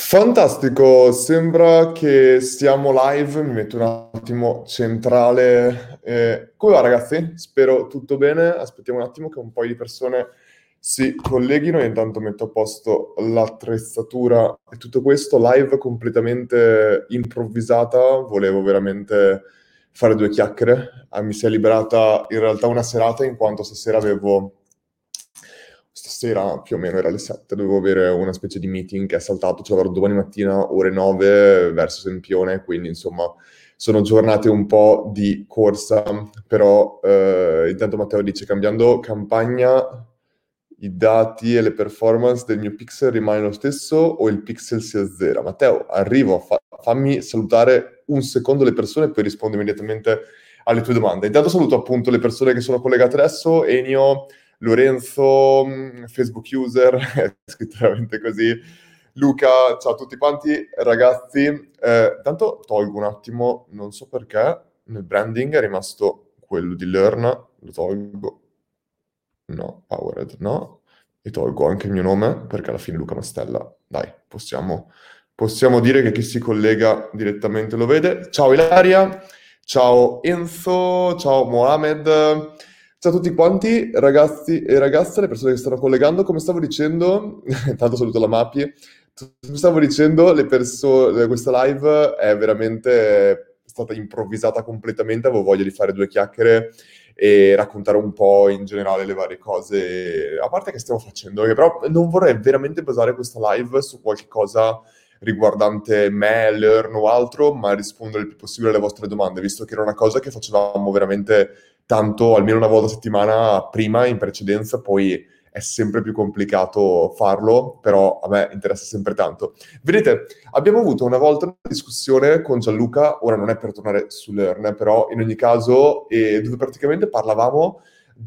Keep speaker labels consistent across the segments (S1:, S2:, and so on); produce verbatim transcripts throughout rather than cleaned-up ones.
S1: Fantastico, sembra che siamo live, mi metto un attimo centrale. Eh, come va ragazzi? Spero tutto bene, aspettiamo un attimo che un paio di persone si colleghino e intanto metto a posto l'attrezzatura e tutto questo, live completamente improvvisata, volevo veramente fare due chiacchiere. Ah, mi si è liberata in realtà una serata in quanto stasera avevo Stasera più o meno era le sette, dovevo avere una specie di meeting che è saltato, ce l'avrò domani mattina ore nove verso Sempione, quindi insomma sono giornate un po' di corsa, però eh, intanto Matteo dice cambiando campagna i dati e le performance del mio pixel rimane lo stesso o il pixel si azzera? Matteo, arrivo, fa- fammi salutare un secondo le persone e poi rispondo immediatamente alle tue domande. Intanto saluto appunto le persone che sono collegate adesso, Enio, Lorenzo, mh, Facebook user, è scritto veramente così. Luca, ciao a tutti quanti, ragazzi. Eh, tanto tolgo un attimo, non so perché, nel branding è rimasto quello di Learn, lo tolgo, no, Powered, no, e tolgo anche il mio nome, perché alla fine Luca Mastella, dai, possiamo, possiamo dire che chi si collega direttamente lo vede. Ciao Ilaria, ciao Enzo, ciao Mohamed. Ciao a tutti quanti, ragazzi e ragazze, le persone che stanno collegando, come stavo dicendo, intanto saluto la Mapi, come stavo dicendo, le persone, questa live è veramente stata improvvisata completamente, avevo voglia di fare due chiacchiere e raccontare un po' in generale le varie cose, a parte che stiamo facendo, che però non vorrei veramente basare questa live su qualche cosa riguardante me, Learn o altro, ma rispondere il più possibile alle vostre domande, visto che era una cosa che facevamo veramente tanto, almeno una volta a settimana, prima, in precedenza, poi è sempre più complicato farlo, però a me interessa sempre tanto. Vedete, abbiamo avuto una volta una discussione con Gianluca, ora non è per tornare su Learn, però in ogni caso, eh, dove praticamente parlavamo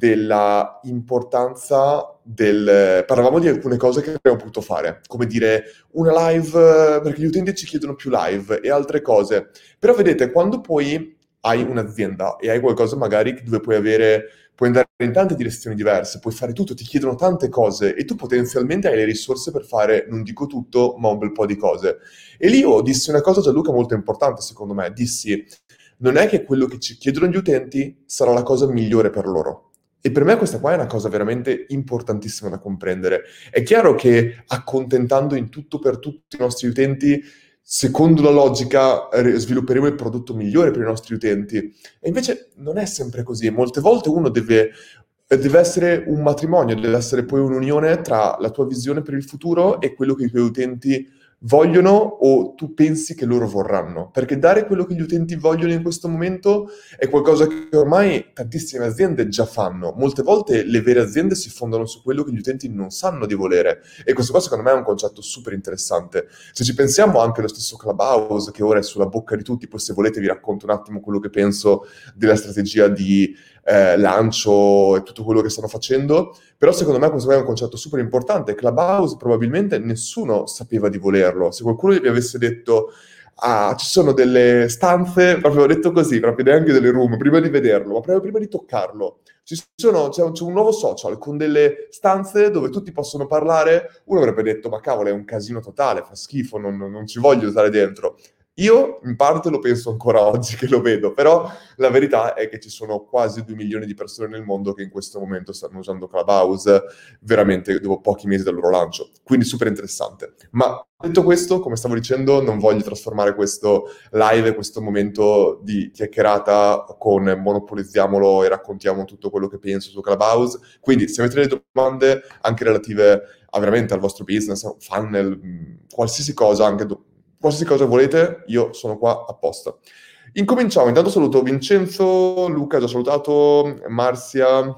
S1: della importanza del... parlavamo di alcune cose che abbiamo potuto fare, come dire una live, eh, perché gli utenti ci chiedono più live e altre cose. Però vedete, quando poi hai un'azienda e hai qualcosa magari dove puoi avere, puoi andare in tante direzioni diverse, puoi fare tutto, ti chiedono tante cose e tu potenzialmente hai le risorse per fare, non dico tutto, ma un bel po' di cose. E lì io dissi una cosa, Gianluca, molto importante secondo me, dissi, non è che quello che ci chiedono gli utenti sarà la cosa migliore per loro. E per me questa qua è una cosa veramente importantissima da comprendere. È chiaro che accontentando in tutto per tutti i nostri utenti, secondo la logica, eh, svilupperemo il prodotto migliore per i nostri utenti. E invece non è sempre così. Molte volte uno deve, eh, deve essere un matrimonio, deve essere poi un'unione tra la tua visione per il futuro e quello che i tuoi utenti vogliono o tu pensi che loro vorranno. Perché dare quello che gli utenti vogliono in questo momento è qualcosa che ormai tantissime aziende già fanno. Molte volte le vere aziende si fondano su quello che gli utenti non sanno di volere. E questo qua secondo me è un concetto super interessante. Se ci pensiamo anche allo stesso Clubhouse, che ora è sulla bocca di tutti, poi se volete vi racconto un attimo quello che penso della strategia di eh, lancio e tutto quello che stanno facendo, però secondo me questo è un concetto super importante. Clubhouse probabilmente nessuno sapeva di volerlo. Se qualcuno gli avesse detto ah, ci sono delle stanze, proprio ho detto così, proprio neanche delle room, prima di vederlo, ma proprio prima di toccarlo. Ci sono, c'è, un, c'è un nuovo social con delle stanze dove tutti possono parlare. Uno avrebbe detto, ma cavolo, è un casino totale, fa schifo, non, non non ci voglio stare dentro. Io in parte lo penso ancora oggi che lo vedo, però la verità è che ci sono quasi due milioni di persone nel mondo che in questo momento stanno usando Clubhouse, veramente dopo pochi mesi dal loro lancio. Quindi super interessante. Ma detto questo, come stavo dicendo, non voglio trasformare questo live, questo momento di chiacchierata con monopolizziamolo e raccontiamo tutto quello che penso su Clubhouse. Quindi se avete delle domande anche relative a veramente al vostro business, funnel, mh, qualsiasi cosa, anche do- qualsiasi cosa volete, io sono qua apposta. Incominciamo, intanto saluto Vincenzo, Luca già salutato, Marzia,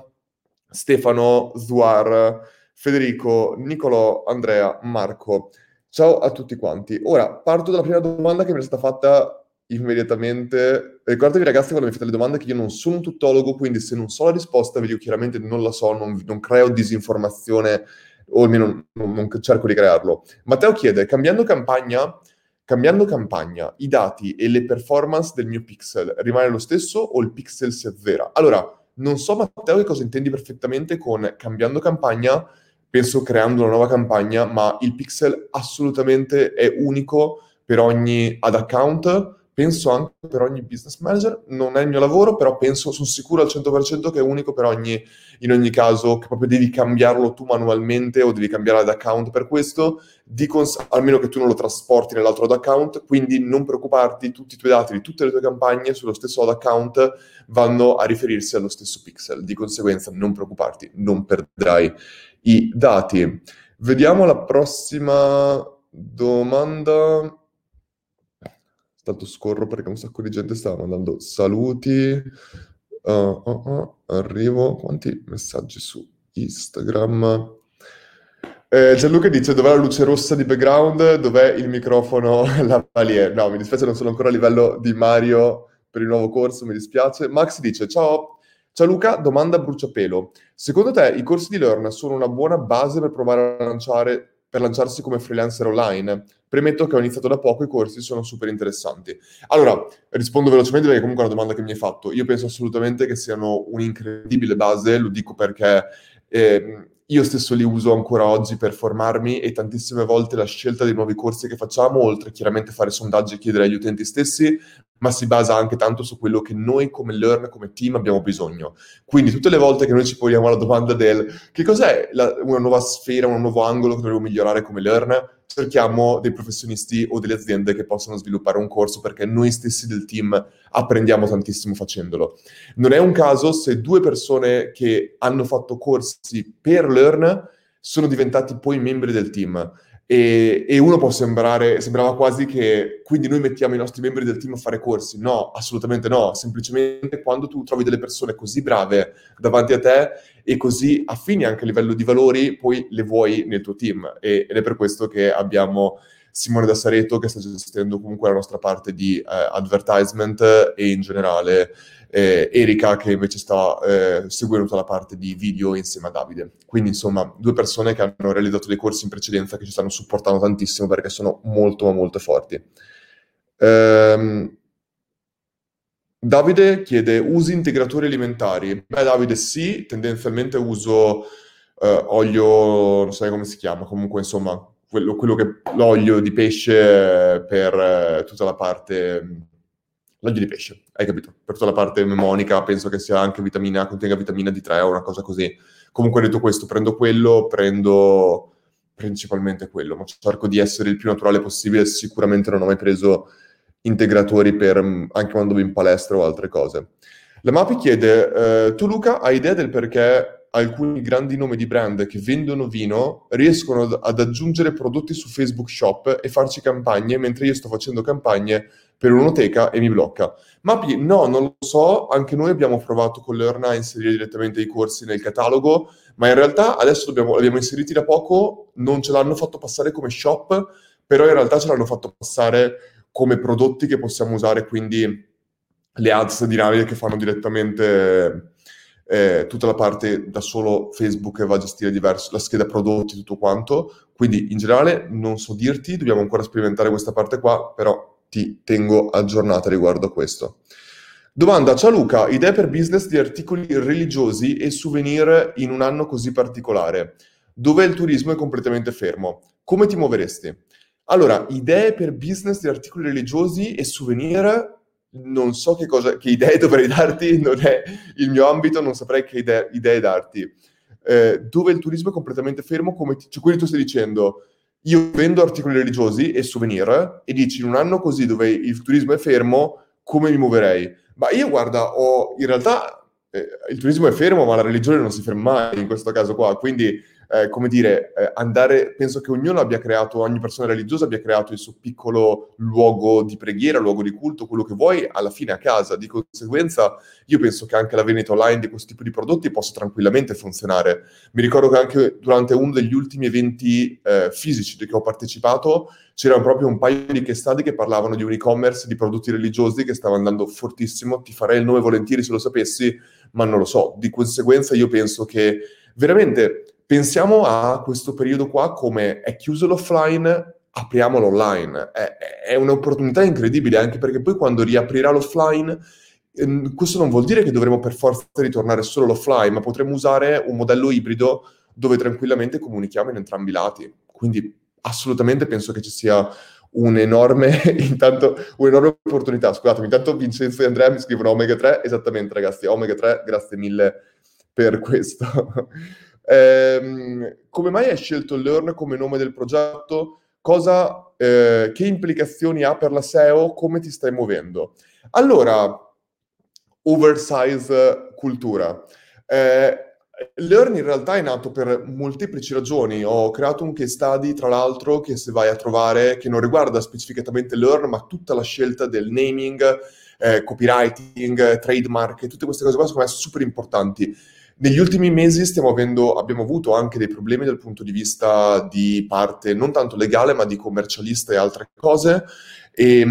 S1: Stefano, Zuar, Federico, Nicolò, Andrea, Marco. Ciao a tutti quanti. Ora parto dalla prima domanda che mi è stata fatta immediatamente. Ricordatevi ragazzi quando mi fate le domande che io non sono un tuttologo, quindi se non so la risposta, vi dico chiaramente non la so, non, non creo disinformazione o almeno non, non cerco di crearlo. Matteo chiede, cambiando campagna, cambiando campagna, i dati e le performance del mio pixel rimane lo stesso o il pixel si azzera? Allora, non so Matteo che cosa intendi perfettamente con cambiando campagna, penso creando una nuova campagna, ma il pixel assolutamente è unico per ogni ad account, penso anche per ogni business manager, non è il mio lavoro, però penso, sono sicuro al cento per cento che è unico per ogni, in ogni caso, che proprio devi cambiarlo tu manualmente o devi cambiare ad account per questo, di cons- almeno che tu non lo trasporti nell'altro ad account, quindi non preoccuparti, tutti i tuoi dati di tutte le tue campagne sullo stesso ad account vanno a riferirsi allo stesso pixel, di conseguenza non preoccuparti, non perderai i dati. Vediamo la prossima domanda. Tanto scorro perché un sacco di gente stava mandando saluti. Uh, uh, uh, arrivo. Quanti messaggi su Instagram? Eh, Gianluca dice: dov'è la luce rossa di background? Dov'è il microfono lavalier? No, mi dispiace, non sono ancora a livello di Mario per il nuovo corso, mi dispiace. Max dice: ciao. Ciao Luca, domanda a bruciapelo. Secondo te i corsi di Learn sono una buona base per provare a lanciare, per lanciarsi come freelancer online? Premetto che ho iniziato da poco, i corsi sono super interessanti. Allora, rispondo velocemente perché comunque è una domanda che mi hai fatto. Io penso assolutamente che siano un'incredibile base, lo dico perché eh, io stesso li uso ancora oggi per formarmi e tantissime volte la scelta dei nuovi corsi che facciamo, oltre chiaramente a fare sondaggi e chiedere agli utenti stessi, ma si basa anche tanto su quello che noi come Learn, come team abbiamo bisogno. Quindi tutte le volte che noi ci poniamo la domanda del che cos'è la- una nuova sfera, un nuovo angolo che dobbiamo migliorare come Learn, cerchiamo dei professionisti o delle aziende che possano sviluppare un corso perché noi stessi del team apprendiamo tantissimo facendolo. Non è un caso se due persone che hanno fatto corsi per Learn sono diventati poi membri del team. E, e uno può sembrare, sembrava quasi che quindi noi mettiamo i nostri membri del team a fare corsi. No, assolutamente no. Semplicemente quando tu trovi delle persone così brave davanti a te e così affini anche a livello di valori, poi le vuoi nel tuo team. E, ed è per questo che abbiamo Simone da Sareto che sta gestendo comunque la nostra parte di eh, advertisement e in generale eh, Erika che invece sta eh, seguendo tutta la parte di video insieme a Davide. Quindi insomma due persone che hanno realizzato dei corsi in precedenza che ci stanno supportando tantissimo perché sono molto ma molto forti. Ehm, Davide chiede usi integratori alimentari. Beh Davide sì, tendenzialmente uso eh, olio, non so come si chiama, comunque insomma quello, quello che, l'olio di pesce per eh, tutta la parte, l'olio di pesce, hai capito? Per tutta la parte mnemonica, penso che sia anche vitamina, contenga vitamina D tre o una cosa così. Comunque detto questo, prendo quello, prendo principalmente quello, ma cerco di essere il più naturale possibile, sicuramente non ho mai preso integratori per anche quando vado in palestra o altre cose. La Mapi chiede, eh, tu Luca hai idea del perché alcuni grandi nomi di brand che vendono vino riescono ad, ad aggiungere prodotti su Facebook Shop e farci campagne mentre io sto facendo campagne per un'oteca e mi blocca? Mapi, no, non lo so, anche noi abbiamo provato con Learn a inserire direttamente i corsi nel catalogo, ma in realtà adesso dobbiamo, li abbiamo inseriti da poco, non ce l'hanno fatto passare come shop, però in realtà ce l'hanno fatto passare come prodotti che possiamo usare, quindi le ads dinamiche che fanno direttamente eh, tutta la parte da solo Facebook che va a gestire diverso, la scheda prodotti, tutto quanto. Quindi in generale non so dirti, dobbiamo ancora sperimentare questa parte qua, però ti tengo aggiornata riguardo a questo. Domanda, ciao Luca, idee per business di articoli religiosi e souvenir in un anno così particolare, dove il turismo è completamente fermo. Come ti muoveresti? Allora, idee per business di articoli religiosi e souvenir, non so che cosa, che idee dovrei darti, non è il mio ambito, non saprei che idee, idee darti. Eh, dove il turismo è completamente fermo, come ti, cioè, quindi tu stai dicendo, io vendo articoli religiosi e souvenir e dici in un anno così dove il turismo è fermo, come mi muoverei? Ma io guarda, ho in realtà eh, il turismo è fermo, ma la religione non si ferma mai in questo caso qua, quindi eh, come dire, eh, andare, penso che ognuno abbia creato, ogni persona religiosa abbia creato il suo piccolo luogo di preghiera, luogo di culto, quello che vuoi, alla fine a casa. Di conseguenza, io penso che anche la vendita online di questo tipo di prodotti possa tranquillamente funzionare. Mi ricordo che anche durante uno degli ultimi eventi eh, fisici che ho partecipato, c'erano proprio un paio di case study che parlavano di un e-commerce di prodotti religiosi che stava andando fortissimo. Ti farei il nome volentieri se lo sapessi, ma non lo so. Di conseguenza io penso che veramente pensiamo a questo periodo qua come è chiuso l'offline, apriamolo online. È, è un'opportunità incredibile, anche perché poi quando riaprirà l'offline, ehm, questo non vuol dire che dovremo per forza ritornare solo all'offline, ma potremo usare un modello ibrido dove tranquillamente comunichiamo in entrambi i lati. Quindi assolutamente penso che ci sia un'enorme, intanto, un'enorme opportunità. Scusatemi, intanto Vincenzo e Andrea mi scrivono Omega tre, esattamente ragazzi, Omega tre, grazie mille per questo. Ehm, come mai hai scelto Learn come nome del progetto? Cosa, eh, che implicazioni ha per la S E O? Come ti stai muovendo? Allora, oversize cultura. Eh, Learn in realtà è nato per molteplici ragioni. Ho creato un case study, tra l'altro, che se vai a trovare, che non riguarda specificatamente Learn, ma tutta la scelta del naming, eh, copywriting, trademark, e tutte queste cose qua sono super importanti. Negli ultimi mesi stiamo avendo, abbiamo avuto anche dei problemi dal punto di vista di parte non tanto legale, ma di commercialista e altre cose. E,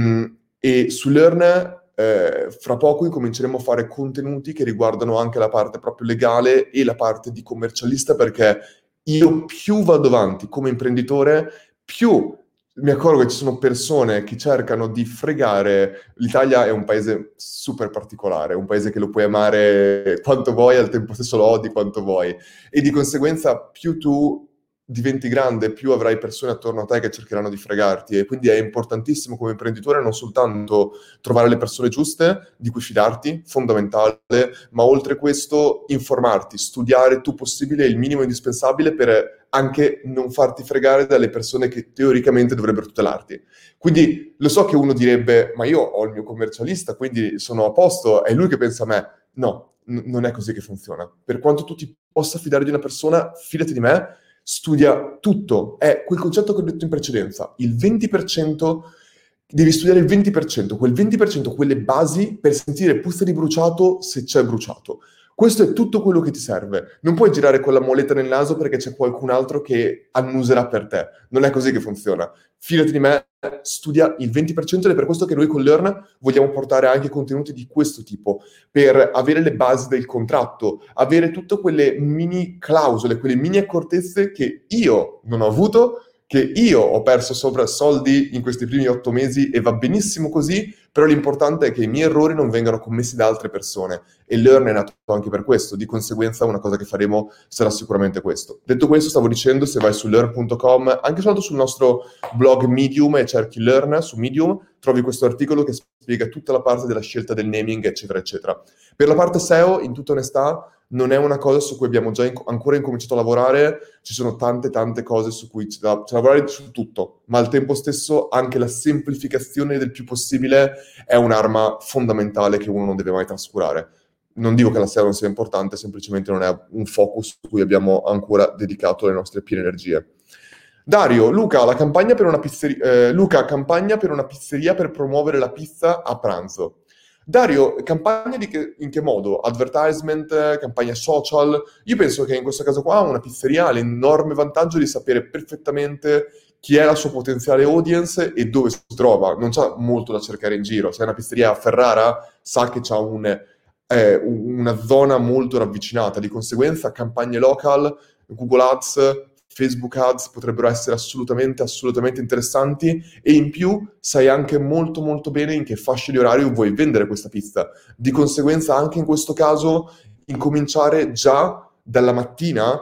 S1: e su Learn eh, fra poco incominceremo a fare contenuti che riguardano anche la parte proprio legale e la parte di commercialista, perché io più vado avanti come imprenditore, più mi accorgo che ci sono persone che cercano di fregare. L'Italia è un paese super particolare, un paese che lo puoi amare quanto vuoi, al tempo stesso lo odi quanto vuoi, e di conseguenza più tu diventi grande, più avrai persone attorno a te che cercheranno di fregarti, e quindi è importantissimo come imprenditore non soltanto trovare le persone giuste di cui fidarti, fondamentale, ma oltre questo informarti, studiare il tu possibile il minimo indispensabile per anche non farti fregare dalle persone che teoricamente dovrebbero tutelarti. Quindi lo so che uno direbbe, ma io ho il mio commercialista, quindi sono a posto, è lui che pensa a me. No, n- non è così che funziona. Per quanto tu ti possa fidare di una persona, fidati di me, studia tutto. È quel concetto che ho detto in precedenza, il venti per cento, devi studiare il venti per cento, quel venti per cento, quelle basi per sentire puzza di bruciato se c'è bruciato. Questo è tutto quello che ti serve. Non puoi girare con la moletta nel naso perché c'è qualcun altro che annuserà per te. Non è così che funziona. Fidati di me, studia il venti per cento, ed è per questo che noi con Learn vogliamo portare anche contenuti di questo tipo, per avere le basi del contratto, avere tutte quelle mini clausole, quelle mini accortezze che io non ho avuto, che io ho perso sopra soldi in questi primi otto mesi, e va benissimo così, però l'importante è che i miei errori non vengano commessi da altre persone, e Learn è nato anche per questo. Di conseguenza una cosa che faremo sarà sicuramente questo. Detto questo, stavo dicendo, se vai su learn punto com, anche soltanto sul nostro blog Medium, e cerchi Learn su Medium, trovi questo articolo che spiega tutta la parte della scelta del naming, eccetera, eccetera. Per la parte S E O, in tutta onestà, non è una cosa su cui abbiamo già inc- ancora incominciato a lavorare. Ci sono tante tante cose su cui c'è da, c'è da lavorare su tutto, ma al tempo stesso anche la semplificazione del più possibile è un'arma fondamentale che uno non deve mai trascurare. Non dico che la S E O non sia importante, semplicemente non è un focus su cui abbiamo ancora dedicato le nostre piene energie. Dario, Luca, la campagna per una pizzeria, eh, Luca, campagna per una pizzeria per promuovere la pizza a pranzo. Dario, campagna di che, in che modo? Advertisement, campagna social? Io penso che in questo caso qua una pizzeria ha l'enorme vantaggio di sapere perfettamente chi è la sua potenziale audience e dove si trova. Non c'ha molto da cercare in giro. Se è una pizzeria a Ferrara, sa che c'ha un, eh, una zona molto ravvicinata. Di conseguenza, campagne local, Google Ads, Facebook Ads potrebbero essere assolutamente, assolutamente interessanti, e in più sai anche molto molto bene in che fascia di orario vuoi vendere questa pizza. Di conseguenza anche in questo caso incominciare già dalla mattina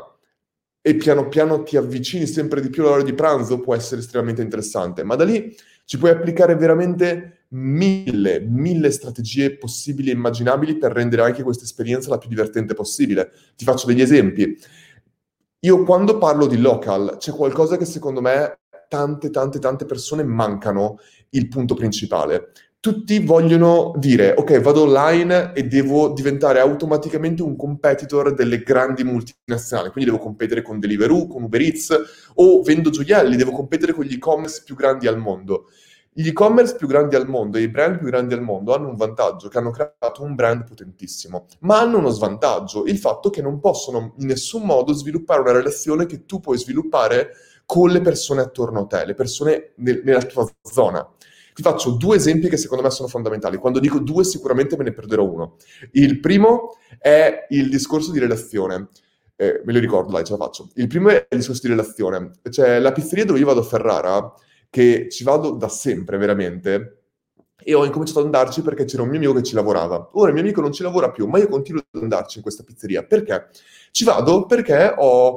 S1: e piano piano ti avvicini sempre di più all'ora di pranzo può essere estremamente interessante, ma da lì ci puoi applicare veramente mille, mille strategie possibili e immaginabili per rendere anche questa esperienza la più divertente possibile. Ti faccio degli esempi. Io quando parlo di local c'è qualcosa che secondo me tante, tante, tante persone mancano il punto principale. Tutti vogliono dire, ok, vado online e devo diventare automaticamente un competitor delle grandi multinazionali, quindi devo competere con Deliveroo, con Uber Eats, o vendo gioielli, devo competere con gli e-commerce più grandi al mondo. Gli e-commerce più grandi al mondo e i brand più grandi al mondo hanno un vantaggio, che hanno creato un brand potentissimo, ma hanno uno svantaggio, il fatto che non possono in nessun modo sviluppare una relazione che tu puoi sviluppare con le persone attorno a te, le persone nel- nella tua zona. Ti faccio due esempi che secondo me sono fondamentali. Quando dico due, sicuramente me ne perderò uno. Il primo è il discorso di relazione. Eh, me lo ricordo, dai, ce la faccio. Il primo è il discorso di relazione. Cioè, la pizzeria dove io vado a Ferrara, che ci vado da sempre, veramente, e ho incominciato ad andarci perché c'era un mio amico che ci lavorava. Ora il mio amico non ci lavora più, ma io continuo ad andarci in questa pizzeria. Perché? Ci vado perché ho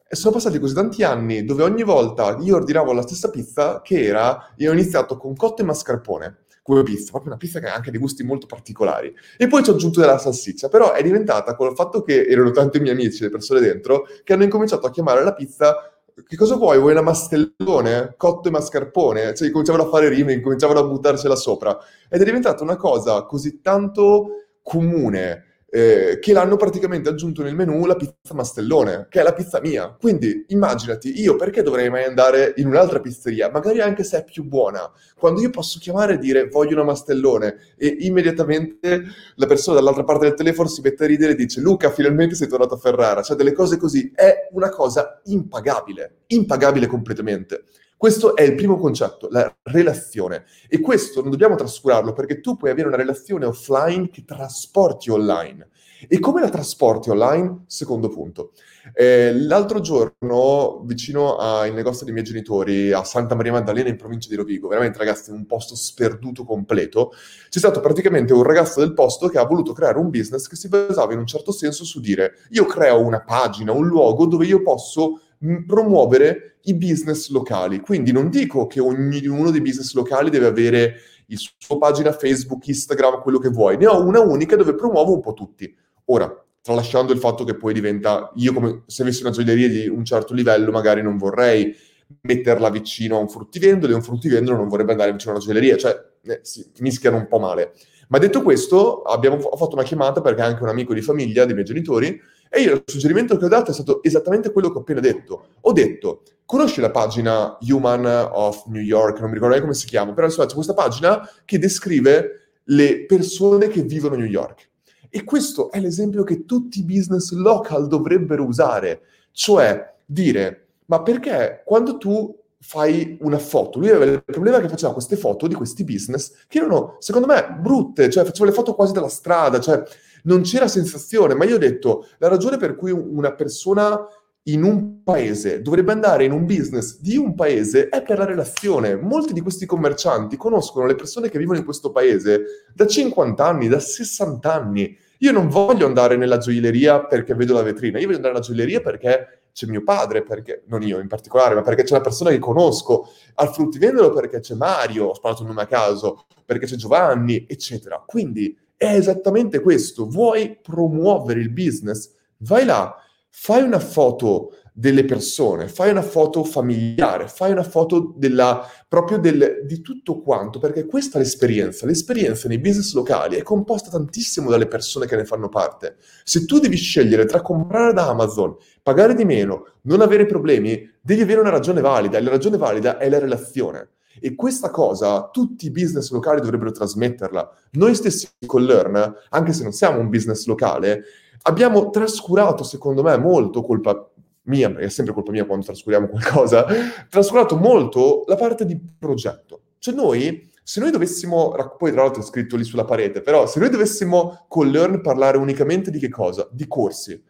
S1: E sono passati così tanti anni dove ogni volta io ordinavo la stessa pizza che era, io ho iniziato con cotto e mascarpone come pizza, proprio una pizza che ha anche dei gusti molto particolari. E poi ci ho aggiunto della salsiccia, però è diventata con il fatto che erano tanti i miei amici, le persone dentro, che hanno incominciato a chiamare la pizza che cosa vuoi? Vuoi una mastellone? Cotto e mascarpone? Cioè, cominciavano a fare rime, cominciavano a buttarcela sopra. Ed è diventata una cosa così tanto comune eh, che l'hanno praticamente aggiunto nel menù la pizza mastellone, che è la pizza mia. Quindi immaginati, io perché dovrei mai andare in un'altra pizzeria, magari anche se è più buona, quando io posso chiamare e dire voglio una mastellone e immediatamente la persona dall'altra parte del telefono si mette a ridere e dice Luca, finalmente sei tornato a Ferrara. Cioè delle cose così, è una cosa impagabile, impagabile completamente. Questo è il primo concetto, la relazione. E questo non dobbiamo trascurarlo perché tu puoi avere una relazione offline che trasporti online. E come la trasporti online? Secondo punto. Eh, l'altro giorno, vicino ai negozi dei miei genitori, a Santa Maria Maddalena in provincia di Rovigo, veramente ragazzi, in un posto sperduto completo, c'è stato praticamente un ragazzo del posto che ha voluto creare un business che si basava in un certo senso su dire io creo una pagina, un luogo dove io posso mh, promuovere i business locali. Quindi non dico che ognuno dei business locali deve avere il suo pagina Facebook, Instagram, quello che vuoi. Ne ho una unica dove promuovo un po' tutti. Ora, tralasciando il fatto che poi diventa, io come se avessi una gioielleria di un certo livello, magari non vorrei metterla vicino a un fruttivendolo e un fruttivendolo non vorrebbe andare vicino a una gioielleria, cioè eh, si mischiano un po' male. Ma detto questo, abbiamo, ho fatto una chiamata perché è anche un amico di famiglia dei miei genitori e io il suggerimento che ho dato è stato esattamente quello che ho appena detto. Ho detto, conosci la pagina Human of New York, non mi ricordo neanche come si chiama, però insomma c'è questa pagina che descrive le persone che vivono a New York. E questo è l'esempio che tutti i business local dovrebbero usare, cioè dire, ma perché quando tu fai una foto, lui aveva il problema che faceva queste foto di questi business che erano, secondo me, brutte, cioè faceva le foto quasi dalla strada, cioè non c'era sensazione, ma io ho detto, la ragione per cui una persona in un paese dovrebbe andare in un business di un paese è per la relazione. Molti di questi commercianti conoscono le persone che vivono in questo paese da cinquanta anni, da sessanta anni. Io non voglio andare nella gioielleria perché vedo la vetrina, io voglio andare nella gioielleria perché c'è mio padre, perché, non io in particolare, ma perché c'è una persona che conosco, al fruttivendolo perché c'è Mario, ho sparato un nome a caso, perché c'è Giovanni, eccetera. Quindi è esattamente questo, vuoi promuovere il business? Vai là, fai una foto delle persone, fai una foto familiare, fai una foto della, proprio del, di tutto quanto, perché questa è l'esperienza. L'esperienza nei business locali è composta tantissimo dalle persone che ne fanno parte. Se tu devi scegliere tra comprare da Amazon, pagare di meno, non avere problemi, devi avere una ragione valida, e la ragione valida è la relazione. E questa cosa tutti i business locali dovrebbero trasmetterla. Noi stessi con Learn, anche se non siamo un business locale, abbiamo trascurato, secondo me, molto, colpa mia, perché è sempre colpa mia quando trascuriamo qualcosa, trascurato molto la parte di progetto. Cioè noi, se noi dovessimo, poi tra l'altro è scritto lì sulla parete, però se noi dovessimo con Learn parlare unicamente di che cosa? Di corsi.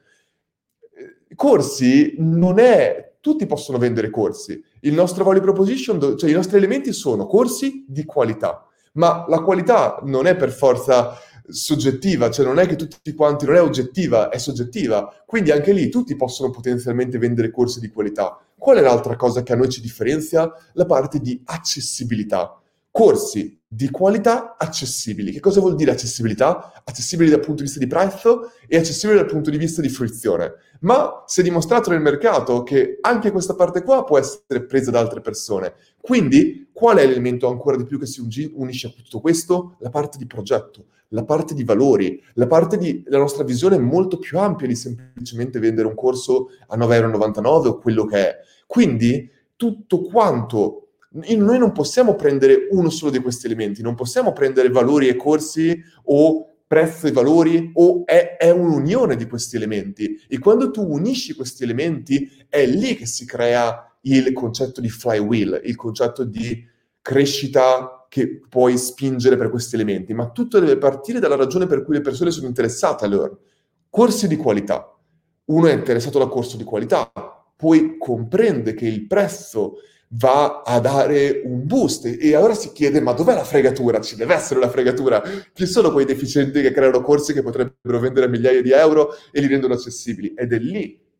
S1: Corsi non è, tutti possono vendere corsi. Il nostro value proposition, cioè i nostri elementi sono corsi di qualità, ma la qualità non è per forza soggettiva, cioè non è che tutti quanti, non è oggettiva, è soggettiva. Quindi anche lì tutti possono potenzialmente vendere corsi di qualità. Qual è l'altra cosa che a noi ci differenzia? La parte di accessibilità. Corsi di qualità accessibili. Che cosa vuol dire accessibilità? Accessibili dal punto di vista di prezzo e accessibili dal punto di vista di fruizione. Ma si è dimostrato nel mercato che anche questa parte qua può essere presa da altre persone. Quindi, qual è l'elemento ancora di più che si unisce a tutto questo? La parte di progetto, la parte di valori, la parte di la nostra visione è molto più ampia di semplicemente vendere un corso a nove virgola novantanove euro o quello che è. Quindi, tutto quanto noi non possiamo prendere uno solo di questi elementi, non possiamo prendere valori e corsi o prezzo e valori, o è, è un'unione di questi elementi. E quando tu unisci questi elementi, è lì che si crea il concetto di flywheel, il concetto di crescita che puoi spingere per questi elementi. Ma tutto deve partire dalla ragione per cui le persone sono interessate a Learn. Corsi di qualità. Uno è interessato al corso di qualità, poi comprende che il prezzo va a dare un boost e allora si chiede ma dov'è la fregatura? Ci deve essere una fregatura. Chi sono quei deficienti che creano corsi che potrebbero vendere a migliaia di euro e li rendono accessibili? Ed è lì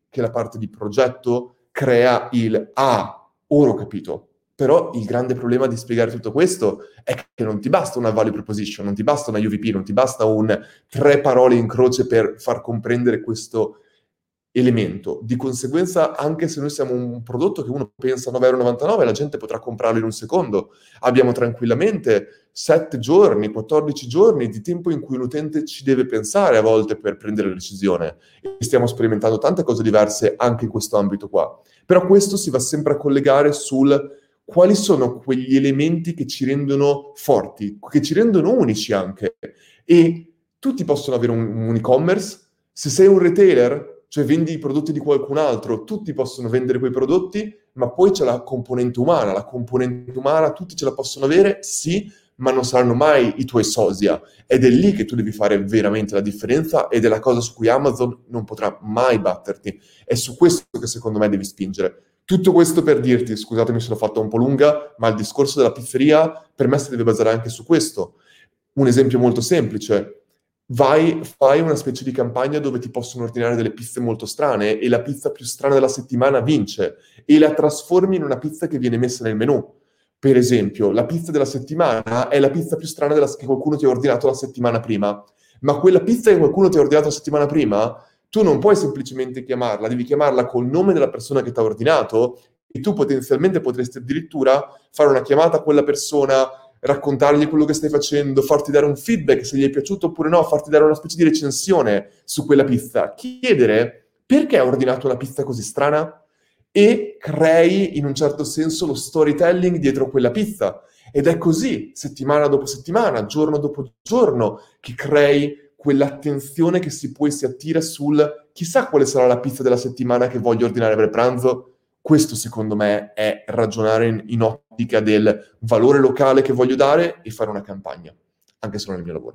S1: che la parte di progetto crea il «ah, ora ho capito». Però il grande problema di spiegare tutto questo è che non ti basta una value proposition, non ti basta una U V P, non ti basta un tre parole in croce per far comprendere questo elemento. Di conseguenza, anche se noi siamo un prodotto che uno pensa a nove virgola novantanove euro, la gente potrà comprarlo in un secondo. Abbiamo tranquillamente sette giorni, quattordici giorni di tempo in cui l'utente ci deve pensare a volte per prendere la decisione. E stiamo sperimentando tante cose diverse anche in questo ambito qua. Però questo si va sempre a collegare sul quali sono quegli elementi che ci rendono forti, che ci rendono unici anche. E tutti possono avere un, un e-commerce. Se sei un retailer, cioè vendi i prodotti di qualcun altro, tutti possono vendere quei prodotti, ma poi c'è la componente umana. La componente umana tutti ce la possono avere, sì, ma non saranno mai i tuoi sosia. Ed è lì che tu devi fare veramente la differenza ed è la cosa su cui Amazon non potrà mai batterti. È su questo che secondo me devi spingere. Tutto questo per dirti, scusate mi sono fatta un po' lunga, ma il discorso della pizzeria per me si deve basare anche su questo. Un esempio molto semplice: vai, fai una specie di campagna dove ti possono ordinare delle pizze molto strane e la pizza più strana della settimana vince e la trasformi in una pizza che viene messa nel menù. Per esempio, la pizza della settimana è la pizza più strana della, che qualcuno ti ha ordinato la settimana prima, ma quella pizza che qualcuno ti ha ordinato la settimana prima tu non puoi semplicemente chiamarla, devi chiamarla col nome della persona che ti ha ordinato e tu potenzialmente potresti addirittura fare una chiamata a quella persona, raccontargli quello che stai facendo, farti dare un feedback se gli è piaciuto oppure no, farti dare una specie di recensione su quella pizza, chiedere perché ha ordinato una pizza così strana e crei in un certo senso lo storytelling dietro quella pizza. Ed è così, settimana dopo settimana, giorno dopo giorno, che crei quell'attenzione che si poi si attira sul chissà quale sarà la pizza della settimana che voglio ordinare per pranzo. Questo secondo me è ragionare in, in ottica del valore locale che voglio dare e fare una campagna, anche se non è il mio lavoro.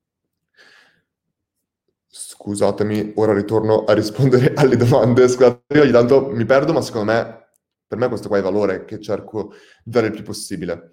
S1: Scusatemi, ora ritorno a rispondere alle domande. Scusate, ogni tanto mi perdo, ma secondo me, per me questo qua è valore che cerco di dare il più possibile.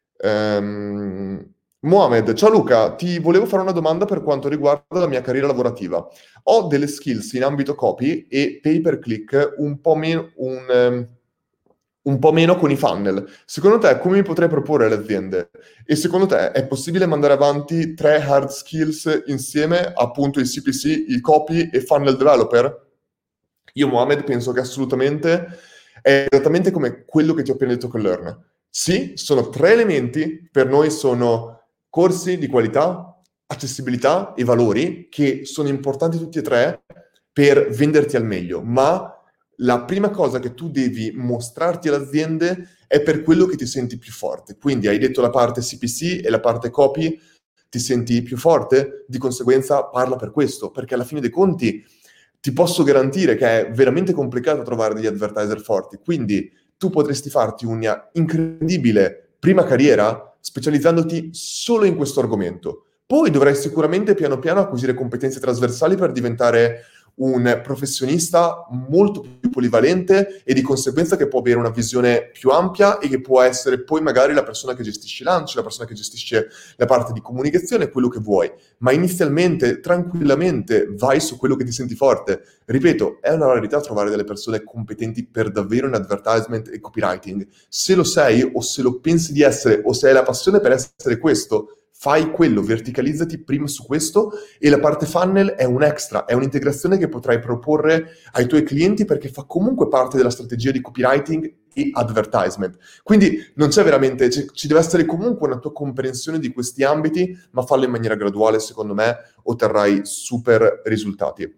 S1: Um, Mohamed, ciao Luca, ti volevo fare una domanda per quanto riguarda la mia carriera lavorativa. Ho delle skills in ambito copy e pay per click un po' meno, un, um, un po' meno con i funnel. Secondo te come mi potrei proporre alle aziende? E secondo te è possibile mandare avanti tre hard skills insieme, appunto il C P C, il copy e funnel developer? Io, Mohamed, penso che assolutamente è esattamente come quello che ti ho appena detto con Learn. Sì, sono tre elementi, per noi sono corsi di qualità, accessibilità e valori, che sono importanti tutti e tre per venderti al meglio, ma la prima cosa che tu devi mostrarti alle aziende è per quello che ti senti più forte. Quindi hai detto la parte C P C e la parte copy, ti senti più forte? Di conseguenza parla per questo, perché alla fine dei conti ti posso garantire che è veramente complicato trovare degli advertiser forti, quindi tu potresti farti una incredibile prima carriera specializzandoti solo in questo argomento. Poi dovrai sicuramente piano piano acquisire competenze trasversali per diventare un professionista molto più polivalente e di conseguenza che può avere una visione più ampia e che può essere poi magari la persona che gestisce i lanci, la persona che gestisce la parte di comunicazione, quello che vuoi. Ma inizialmente, tranquillamente, vai su quello che ti senti forte. Ripeto, è una rarità trovare delle persone competenti per davvero in advertisement e copywriting. Se lo sei o se lo pensi di essere o se hai la passione per essere questo, fai quello, verticalizzati prima su questo e la parte funnel è un extra, è un'integrazione che potrai proporre ai tuoi clienti perché fa comunque parte della strategia di copywriting e advertisement. Quindi non c'è veramente, c- ci deve essere comunque una tua comprensione di questi ambiti, ma farlo in maniera graduale, secondo me, otterrai super risultati.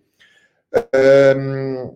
S1: Ehm...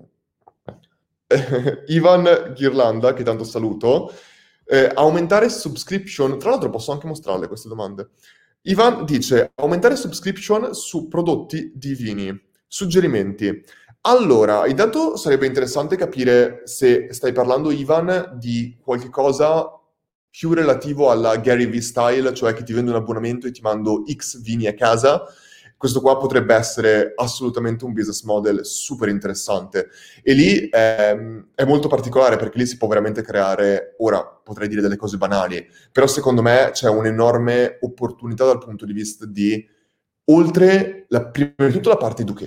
S1: Ivan Ghirlanda, che tanto saluto, eh, aumentare subscription, tra l'altro posso anche mostrarle queste domande. Ivan dice, aumentare subscription su prodotti divini, suggerimenti. Allora, intanto sarebbe interessante capire se stai parlando, Ivan, di qualche cosa più relativo alla Gary Vee style, cioè che ti vendo un abbonamento e ti mando X vini a casa. Questo qua potrebbe essere assolutamente un business model super interessante. E lì ehm, è molto particolare perché lì si può veramente creare, ora potrei dire delle cose banali, però secondo me c'è un'enorme opportunità dal punto di vista di, oltre la, prima di tutto la parte education.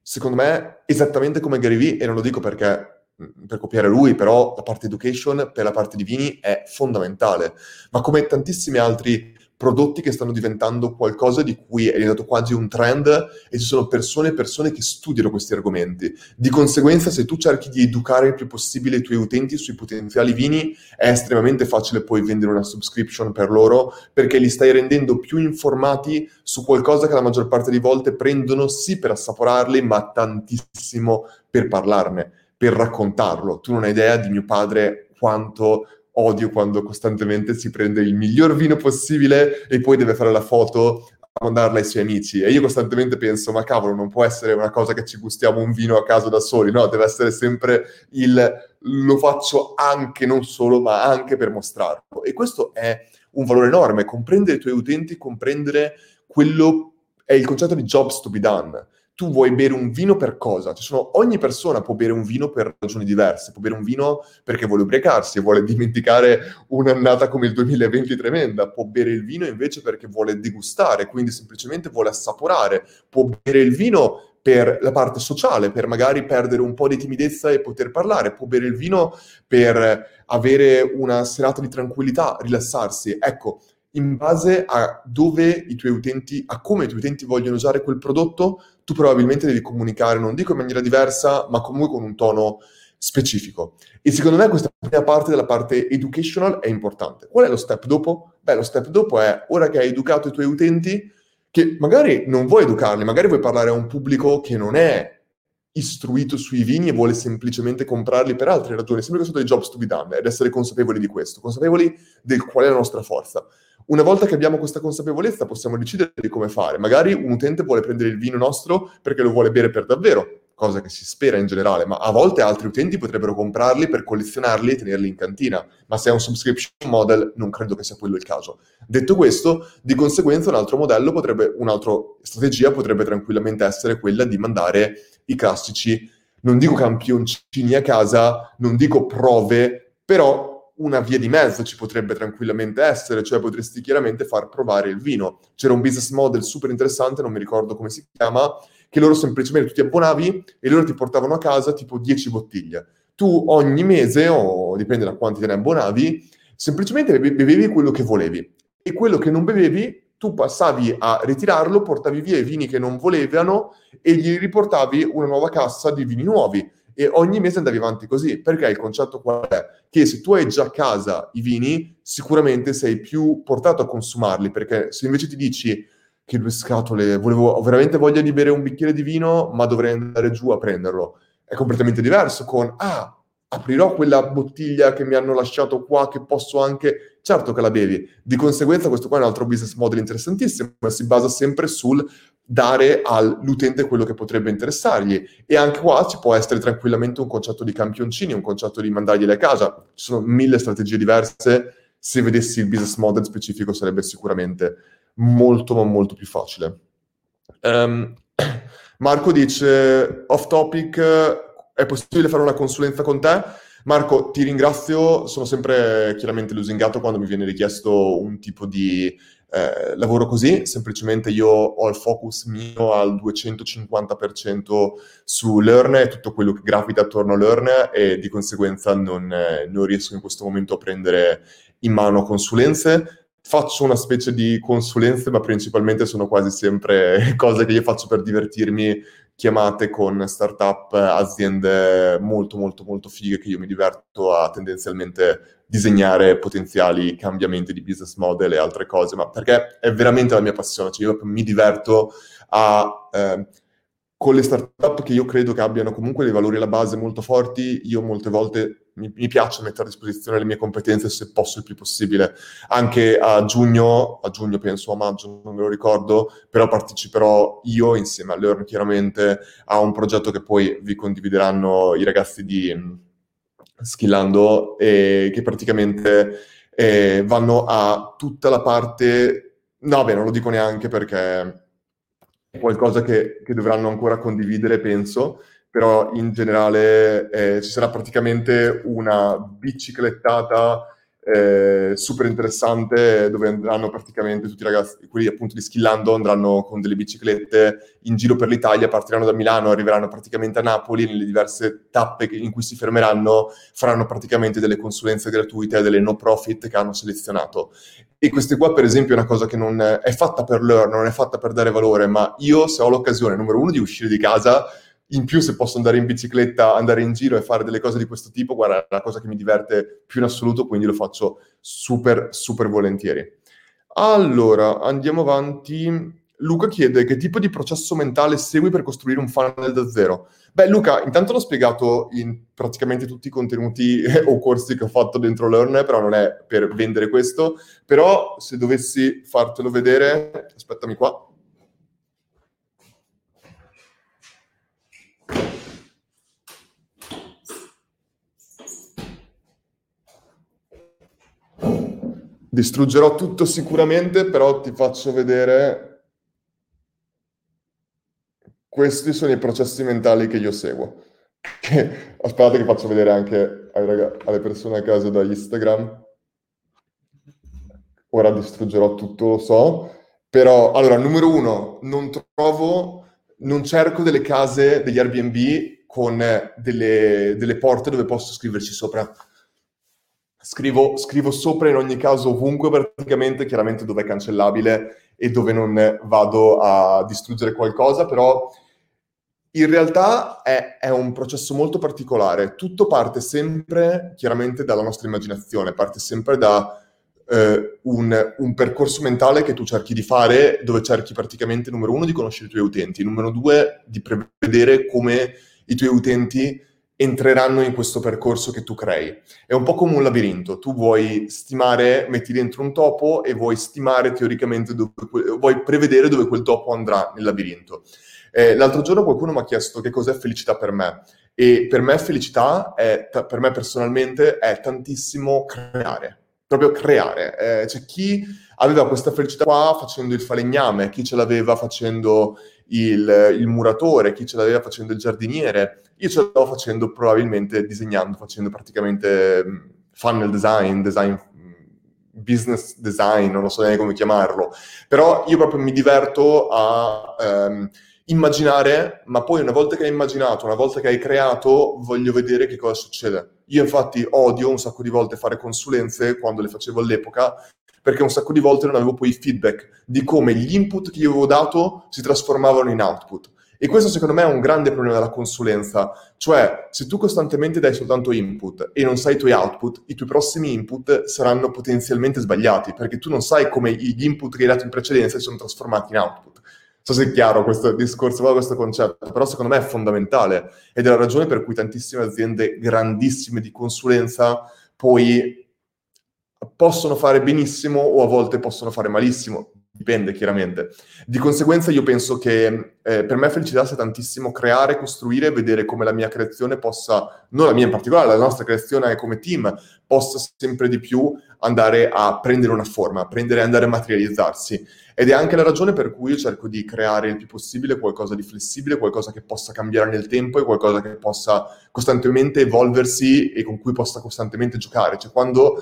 S1: secondo me, esattamente come Gary Vee, e non lo dico perché mh, per copiare lui, però la parte education per la parte di vini è fondamentale, ma come tantissimi altri prodotti che stanno diventando qualcosa di cui è diventato quasi un trend e ci sono persone e persone che studiano questi argomenti. Di conseguenza, se tu cerchi di educare il più possibile i tuoi utenti sui potenziali vini, è estremamente facile poi vendere una subscription per loro, perché li stai rendendo più informati su qualcosa che la maggior parte di volte prendono sì per assaporarli, ma tantissimo per parlarne, per raccontarlo. Tu non hai idea di mio padre quanto odio quando costantemente si prende il miglior vino possibile e poi deve fare la foto a mandarla ai suoi amici. E io costantemente penso, ma cavolo, non può essere una cosa che ci gustiamo un vino a caso da soli, no? Deve essere sempre il lo faccio anche, non solo, ma anche per mostrarlo. E questo è un valore enorme, comprendere i tuoi utenti, comprendere quello è il concetto di jobs to be done. Tu vuoi bere un vino per cosa? Ci sono, ogni persona può bere un vino per ragioni diverse, può bere un vino perché vuole ubriacarsi, vuole dimenticare un'annata come il duemilaventi tremenda, può bere il vino invece perché vuole degustare, quindi semplicemente vuole assaporare, può bere il vino per la parte sociale, per magari perdere un po' di timidezza e poter parlare, può bere il vino per avere una serata di tranquillità, rilassarsi. Ecco, in base a dove i tuoi utenti, a come i tuoi utenti vogliono usare quel prodotto, tu probabilmente devi comunicare, non dico in maniera diversa, ma comunque con un tono specifico. E secondo me questa prima parte della parte educational è importante. Qual è lo step dopo? Beh, lo step dopo è, ora che hai educato i tuoi utenti, che magari non vuoi educarli, magari vuoi parlare a un pubblico che non è istruito sui vini e vuole semplicemente comprarli per altre ragioni, sempre questo dei jobs to be done, ed essere consapevoli di questo, consapevoli del qual è la nostra forza. Una volta che abbiamo questa consapevolezza possiamo decidere di come fare. Magari un utente vuole prendere il vino nostro perché lo vuole bere per davvero, cosa che si spera in generale, ma a volte altri utenti potrebbero comprarli per collezionarli e tenerli in cantina. Ma se è un subscription model, non credo che sia quello il caso. Detto questo, di conseguenza un altro modello potrebbe, un'altra strategia potrebbe tranquillamente essere quella di mandare i classici, non dico campioncini a casa, non dico prove, però una via di mezzo ci potrebbe tranquillamente essere, cioè potresti chiaramente far provare il vino. C'era un business model super interessante, non mi ricordo come si chiama, che loro semplicemente tu ti abbonavi e loro ti portavano a casa tipo dieci bottiglie. Tu ogni mese, o dipende da quanti te ne abbonavi, semplicemente bevevi quello che volevi e quello che non bevevi tu passavi a ritirarlo, portavi via i vini che non volevano e gli riportavi una nuova cassa di vini nuovi e ogni mese andavi avanti così, perché il concetto qual è? Che se tu hai già a casa i vini, sicuramente sei più portato a consumarli, perché se invece ti dici che due scatole, volevo, ho veramente voglia di bere un bicchiere di vino, ma dovrei andare giù a prenderlo, è completamente diverso con, ah, aprirò quella bottiglia che mi hanno lasciato qua, che posso anche, certo che la bevi. Di conseguenza questo qua è un altro business model interessantissimo, ma si basa sempre sul dare all'utente quello che potrebbe interessargli. E anche qua ci può essere tranquillamente un concetto di campioncini, un concetto di mandarglieli a casa. Ci sono mille strategie diverse. Se vedessi il business model specifico sarebbe sicuramente molto, ma molto più facile. Um, Marco dice, off topic, è possibile fare una consulenza con te? Marco, ti ringrazio, sono sempre chiaramente lusingato quando mi viene richiesto un tipo di eh, lavoro così, semplicemente io ho il focus mio al duecentocinquanta per cento su Learn e tutto quello che gravita attorno a Learn e di conseguenza non, eh, non riesco in questo momento a prendere in mano consulenze. Faccio una specie di consulenze, ma principalmente sono quasi sempre cose che io faccio per divertirmi, chiamate con startup, aziende molto molto molto fighe che io mi diverto a tendenzialmente disegnare potenziali cambiamenti di business model e altre cose, ma perché è veramente la mia passione, cioè io mi diverto a... Eh, con le startup che io credo che abbiano comunque dei valori alla base molto forti, io molte volte mi, mi piace mettere a disposizione le mie competenze se posso il più possibile. Anche a giugno, a giugno penso a maggio, non me lo ricordo, però parteciperò io insieme a Learn chiaramente a un progetto che poi vi condivideranno i ragazzi di um, Skillando e che praticamente eh, vanno a tutta la parte... No, beh, non lo dico neanche perché qualcosa che, che dovranno ancora condividere, penso, però in generale eh, ci sarà praticamente una biciclettata eh, super interessante, dove andranno praticamente tutti i ragazzi, quelli appunto di Skillando, andranno con delle biciclette in giro per l'Italia, partiranno da Milano, arriveranno praticamente a Napoli, nelle diverse tappe in cui si fermeranno, faranno praticamente delle consulenze gratuite, delle no profit che hanno selezionato. E queste qua, per esempio, è una cosa che non è fatta per learn, non è fatta per dare valore, ma io, se ho l'occasione, numero uno, di uscire di casa, in più se posso andare in bicicletta, andare in giro e fare delle cose di questo tipo, guarda, è la cosa che mi diverte più in assoluto, quindi lo faccio super, super volentieri. Allora, andiamo avanti. Luca chiede: che tipo di processo mentale segui per costruire un funnel da zero? Beh, Luca, intanto l'ho spiegato in praticamente tutti i contenuti o corsi che ho fatto dentro Learn, però non è per vendere questo. Però se dovessi fartelo vedere, aspettami qua. Distruggerò tutto sicuramente, però ti faccio vedere. Questi sono i processi mentali che io seguo. Che- Aspetta che faccio vedere anche ai raga- alle persone a casa da Instagram. Ora distruggerò tutto, lo so. Però, allora, numero uno, non trovo, non cerco delle case, degli Airbnb con eh, delle, delle porte dove posso scriverci sopra. Scrivo, scrivo sopra in ogni caso ovunque praticamente, chiaramente dove è cancellabile e dove non vado a distruggere qualcosa, però in realtà è, è un processo molto particolare. Tutto parte sempre chiaramente dalla nostra immaginazione, parte sempre da eh, un, un percorso mentale che tu cerchi di fare, dove cerchi praticamente, numero uno, di conoscere i tuoi utenti, numero due, di prevedere come i tuoi utenti entreranno in questo percorso che tu crei. È un po' come un labirinto. Tu vuoi stimare, metti dentro un topo e vuoi stimare teoricamente dove, vuoi prevedere dove quel topo andrà nel labirinto. Eh, l'altro giorno qualcuno mi ha chiesto che cos'è felicità per me. E per me felicità, è, per me personalmente, è tantissimo creare. Proprio creare. Eh, c'è chi aveva questa felicità qua facendo il falegname, chi ce l'aveva facendo il, il muratore, chi ce l'aveva facendo il giardiniere. Io ce l'avevo facendo probabilmente disegnando, facendo praticamente mh, funnel design, design, mh, business design, non lo so neanche come chiamarlo. Però io proprio mi diverto a ehm, immaginare, ma poi una volta che hai immaginato, una volta che hai creato, voglio vedere che cosa succede. Io infatti odio un sacco di volte fare consulenze quando le facevo all'epoca, perché un sacco di volte non avevo poi feedback di come gli input che io avevo dato si trasformavano in output. E questo secondo me è un grande problema della consulenza, cioè se tu costantemente dai soltanto input e non sai i tuoi output, i tuoi prossimi input saranno potenzialmente sbagliati, perché tu non sai come gli input che hai dato in precedenza si sono trasformati in output. Non so se è chiaro questo discorso, questo concetto, però secondo me è fondamentale ed è la ragione per cui tantissime aziende grandissime di consulenza poi possono fare benissimo o a volte possono fare malissimo, dipende chiaramente. Di conseguenza io penso che eh, per me felicità sia tantissimo creare, costruire, vedere come la mia creazione possa, non la mia in particolare, la nostra creazione come team, possa sempre di più andare a prendere una forma, prendere e andare a materializzarsi. Ed è anche la ragione per cui io cerco di creare il più possibile qualcosa di flessibile, qualcosa che possa cambiare nel tempo e qualcosa che possa costantemente evolversi e con cui possa costantemente giocare. Cioè quando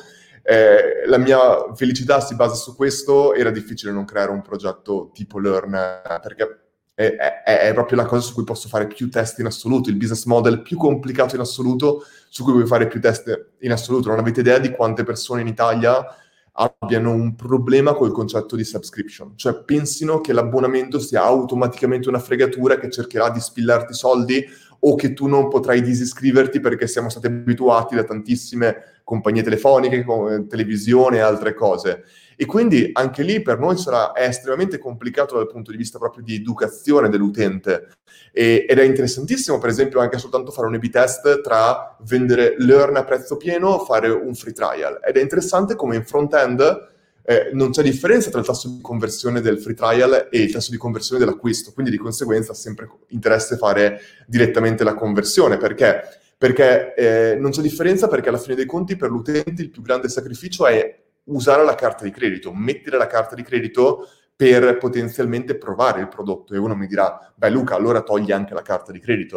S1: eh, la mia felicità si basa su questo, era difficile non creare un progetto tipo Learn, eh, perché è, è, è proprio la cosa su cui posso fare più test in assoluto, il business model più complicato in assoluto, su cui puoi fare più test in assoluto. Non avete idea di quante persone in Italia abbiano un problema col concetto di subscription, cioè pensino che l'abbonamento sia automaticamente una fregatura che cercherà di spillarti soldi o che tu non potrai disiscriverti perché siamo stati abituati da tantissime compagnie telefoniche, televisione e altre cose. E quindi anche lì per noi sarà, è estremamente complicato dal punto di vista proprio di educazione dell'utente. E, ed è interessantissimo, per esempio, anche soltanto fare un A B test tra vendere Learn a prezzo pieno o fare un free trial. Ed è interessante come in front-end eh, non c'è differenza tra il tasso di conversione del free trial e il tasso di conversione dell'acquisto, quindi di conseguenza ha sempre interesse fare direttamente la conversione. Perché? Perché eh, non c'è differenza perché alla fine dei conti per l'utente il più grande sacrificio è usare la carta di credito, mettere la carta di credito per potenzialmente provare il prodotto. E uno mi dirà, beh Luca, allora togli anche la carta di credito.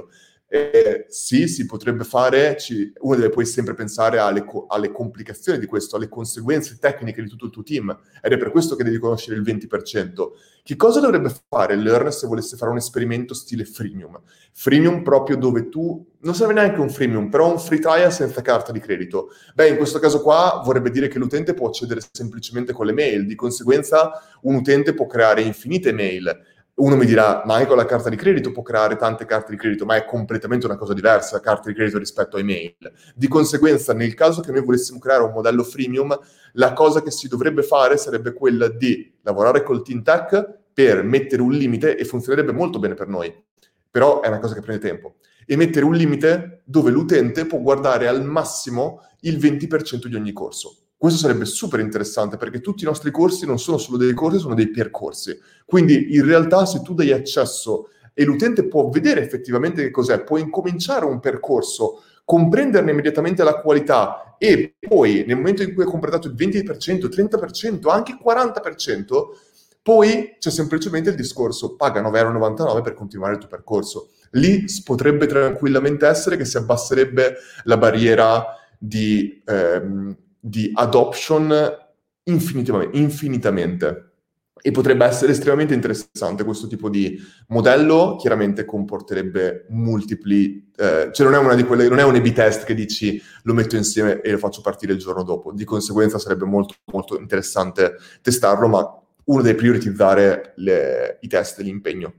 S1: Eh, sì, si potrebbe fare, ci, uno deve poi sempre pensare alle, co- alle complicazioni di questo, alle conseguenze tecniche di tutto il tuo team, ed è per questo che devi conoscere il venti per cento. Che cosa dovrebbe fare Learn se volesse fare un esperimento stile freemium? Freemium proprio dove tu, non serve neanche un freemium, però un free trial senza carta di credito. Beh, in questo caso qua vorrebbe dire che l'utente può accedere semplicemente con le mail, di conseguenza un utente può creare infinite mail. Uno mi dirà, ma anche con la carta di credito può creare tante carte di credito, ma è completamente una cosa diversa, la carta di credito rispetto ai mail. Di conseguenza, nel caso che noi volessimo creare un modello freemium, la cosa che si dovrebbe fare sarebbe quella di lavorare col team tech per mettere un limite, e funzionerebbe molto bene per noi, però è una cosa che prende tempo, e mettere un limite dove l'utente può guardare al massimo il venti per cento di ogni corso. Questo sarebbe super interessante perché tutti i nostri corsi non sono solo dei corsi, sono dei percorsi. Quindi in realtà se tu dai accesso e l'utente può vedere effettivamente che cos'è, può incominciare un percorso, comprenderne immediatamente la qualità e poi nel momento in cui ha completato il venti per cento, trenta per cento, anche il quaranta per cento, poi c'è semplicemente il discorso, paga nove virgola novantanove euro per continuare il tuo percorso. Lì potrebbe tranquillamente essere che si abbasserebbe la barriera di, ehm, di adoption infinitivamente, infinitamente. E potrebbe essere estremamente interessante questo tipo di modello. Chiaramente comporterebbe multipli, eh, cioè non è una di quelle, non è un A B test che dici lo metto insieme e lo faccio partire il giorno dopo. Di conseguenza sarebbe molto, molto interessante testarlo, ma uno deve prioritizzare le, i test e l'impegno.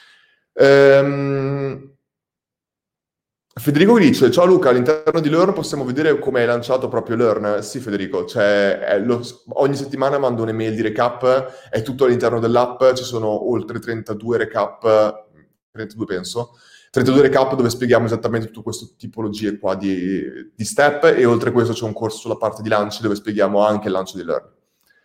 S1: Ehm, Federico dice, ciao Luca, all'interno di Learn possiamo vedere come hai lanciato proprio Learn. Sì Federico, cioè, è lo- ogni settimana mando un'email di recap, è tutto all'interno dell'app, ci sono oltre trentadue recap, trentadue penso, trentadue recap dove spieghiamo esattamente tutte queste tipologie qua di, di step, e oltre a questo c'è un corso sulla parte di lanci dove spieghiamo anche il lancio di Learn.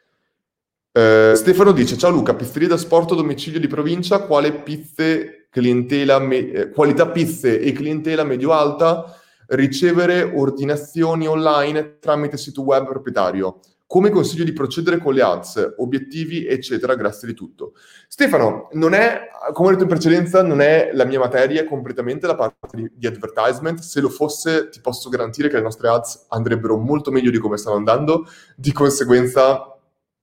S1: Eh, Stefano dice, ciao Luca, pizzeria da sport o domicilio di provincia, quale pizze, clientela, me- eh, qualità pizze e clientela medio-alta, ricevere ordinazioni online tramite sito web proprietario. Come consiglio di procedere con le ads, obiettivi, eccetera, grazie di tutto. Stefano, non è, come ho detto in precedenza, non è la mia materia completamente la parte di, di advertisement. Se lo fosse, ti posso garantire che le nostre ads andrebbero molto meglio di come stanno andando. Di conseguenza,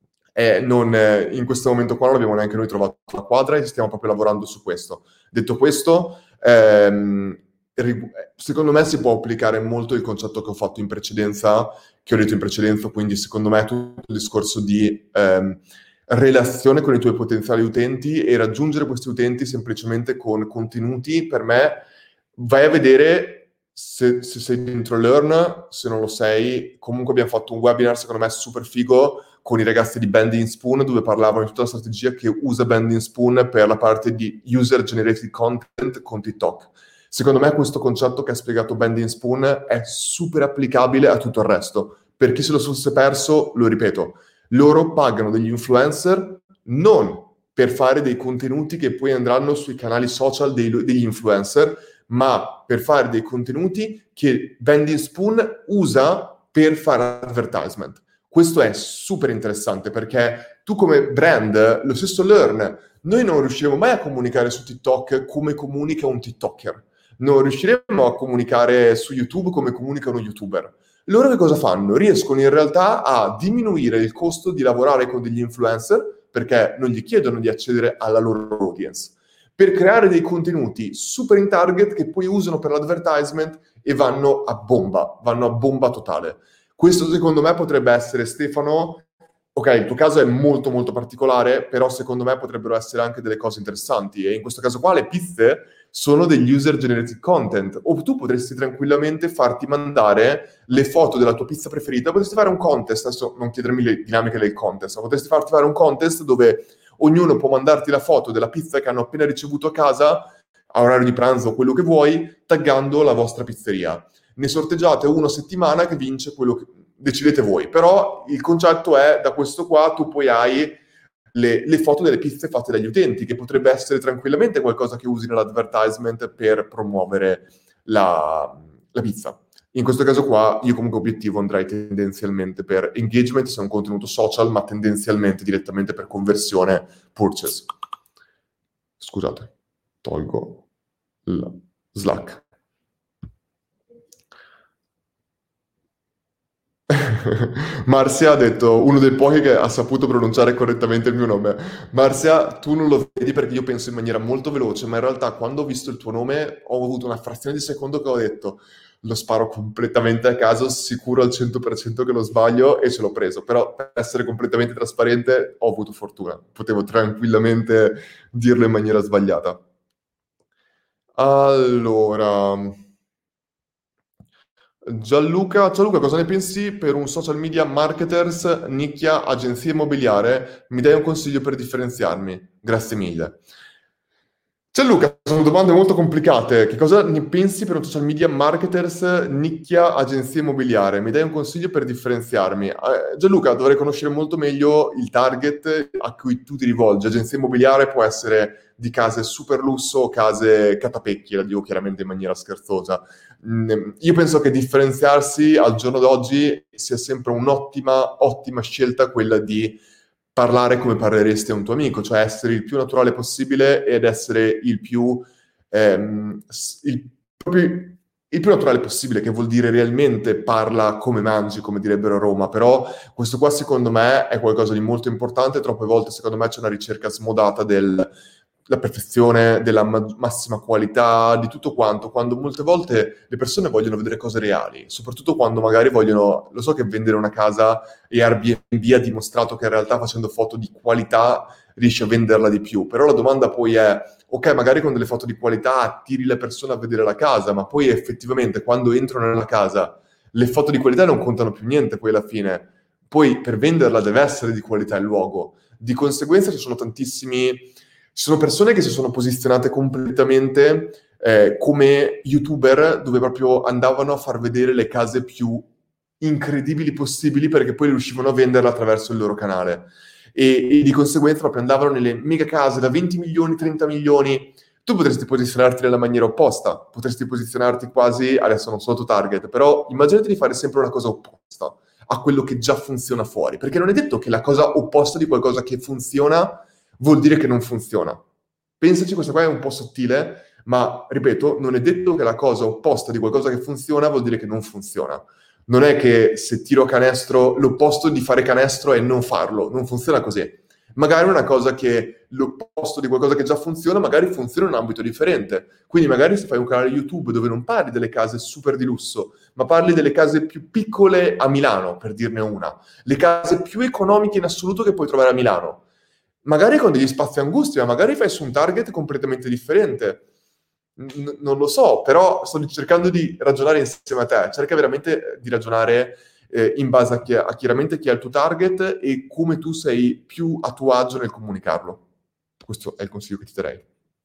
S1: eh, non, eh, in questo momento qua non abbiamo neanche noi trovato la quadra e stiamo proprio lavorando su questo. Detto questo, ehm, rig- secondo me si può applicare molto il concetto che ho fatto in precedenza, che ho detto in precedenza, quindi secondo me tutto il discorso di ehm, relazione con i tuoi potenziali utenti e raggiungere questi utenti semplicemente con contenuti. Per me, vai a vedere se, se sei dentro Learn, se non lo sei. Comunque abbiamo fatto un webinar secondo me super figo con i ragazzi di Bending Spoon, dove parlavano di tutta la strategia che usa Bending Spoon per la parte di user generated content con TikTok. Secondo me questo concetto che ha spiegato Bending Spoon è super applicabile a tutto il resto. Per chi se lo fosse perso, lo ripeto, loro pagano degli influencer non per fare dei contenuti che poi andranno sui canali social dei, degli influencer, ma per fare dei contenuti che Bending Spoon usa per fare advertisement. Questo è super interessante perché tu come brand, lo stesso Learn, noi non riusciremo mai a comunicare su TikTok come comunica un TikToker. Non riusciremo a comunicare su YouTube come comunica uno YouTuber. Loro che cosa fanno? Riescono in realtà a diminuire il costo di lavorare con degli influencer perché non gli chiedono di accedere alla loro audience, per creare dei contenuti super in target che poi usano per l'advertisement e vanno a bomba, vanno a bomba totale. Questo secondo me potrebbe essere, Stefano, ok, il tuo caso è molto molto particolare, però secondo me potrebbero essere anche delle cose interessanti, e in questo caso qua le pizze sono degli user generated content, o tu potresti tranquillamente farti mandare le foto della tua pizza preferita, potresti fare un contest, adesso non chiedermi le dinamiche del contest, ma potresti farti fare un contest dove ognuno può mandarti la foto della pizza che hanno appena ricevuto a casa, a orario di pranzo o quello che vuoi, taggando la vostra pizzeria. Ne sorteggiate uno a settimana che vince quello che decidete voi. Però il concetto è, da questo qua, tu poi hai le, le foto delle pizze fatte dagli utenti, che potrebbe essere tranquillamente qualcosa che usi nell'advertisement per promuovere la, la pizza. In questo caso qua, io comunque obiettivo andrei tendenzialmente per engagement, se è un contenuto social, ma tendenzialmente direttamente per conversione purchase. Scusate, tolgo il Slack. Marzia ha detto, uno dei pochi che ha saputo pronunciare correttamente il mio nome. Marzia, tu non lo vedi perché io penso in maniera molto veloce, ma in realtà quando ho visto il tuo nome ho avuto una frazione di secondo che ho detto lo sparo completamente a caso, sicuro al cento per cento che lo sbaglio e ce l'ho preso. Però per essere completamente trasparente ho avuto fortuna. Potevo tranquillamente dirlo in maniera sbagliata. Allora, Gianluca, Gianluca, cosa ne pensi per un social media marketers, nicchia, agenzia immobiliare? Mi dai un consiglio per differenziarmi? Grazie mille. Gianluca, sono domande molto complicate. Che cosa ne pensi per un social media marketers, nicchia, agenzia immobiliare? Mi dai un consiglio per differenziarmi? Eh, Gianluca, dovrei conoscere molto meglio il target a cui tu ti rivolgi. Agenzia immobiliare può essere di case super lusso o case catapecchie, la dico chiaramente in maniera scherzosa. Mm, Io penso che differenziarsi al giorno d'oggi sia sempre un'ottima, ottima scelta quella di parlare come parleresti a un tuo amico, cioè essere il più naturale possibile ed essere il più, ehm, s- il, proprio il più naturale possibile, che vuol dire realmente parla come mangi, come direbbero a Roma, però questo qua secondo me è qualcosa di molto importante, troppe volte secondo me c'è una ricerca smodata del la perfezione, della ma- massima qualità, di tutto quanto, quando molte volte le persone vogliono vedere cose reali, soprattutto quando magari vogliono, lo so che vendere una casa e Airbnb ha dimostrato che in realtà facendo foto di qualità riesci a venderla di più, però la domanda poi è, ok, magari con delle foto di qualità attiri le persone a vedere la casa, ma poi effettivamente quando entrano nella casa le foto di qualità non contano più niente poi alla fine, poi per venderla deve essere di qualità il luogo, di conseguenza ci sono tantissimi, ci sono persone che si sono posizionate completamente eh, come YouTuber dove proprio andavano a far vedere le case più incredibili possibili perché poi riuscivano a venderla attraverso il loro canale. E, e di conseguenza proprio andavano nelle mega case da venti milioni, trenta milioni. Tu potresti posizionarti nella maniera opposta, potresti posizionarti quasi, adesso non sono tuo target, però immaginati di fare sempre una cosa opposta a quello che già funziona fuori, perché non è detto che la cosa opposta di qualcosa che funziona vuol dire che non funziona. Pensaci, questa qua è un po' sottile, ma ripeto, non è detto che la cosa opposta di qualcosa che funziona vuol dire che non funziona. Non è che se tiro canestro, l'opposto di fare canestro è non farlo, non funziona così. Magari una cosa che l'opposto di qualcosa che già funziona, magari funziona in un ambito differente. Quindi magari se fai un canale YouTube dove non parli delle case super di lusso, ma parli delle case più piccole a Milano, per dirne una, le case più economiche in assoluto che puoi trovare a Milano, magari con degli spazi angusti, ma magari fai su un target completamente differente. N- non lo so, però sto cercando di ragionare insieme a te. Cerca veramente di ragionare eh, in base a, chi, a chiaramente chi è il tuo target e come tu sei più a tuo agio nel comunicarlo. Questo è il consiglio che ti darei.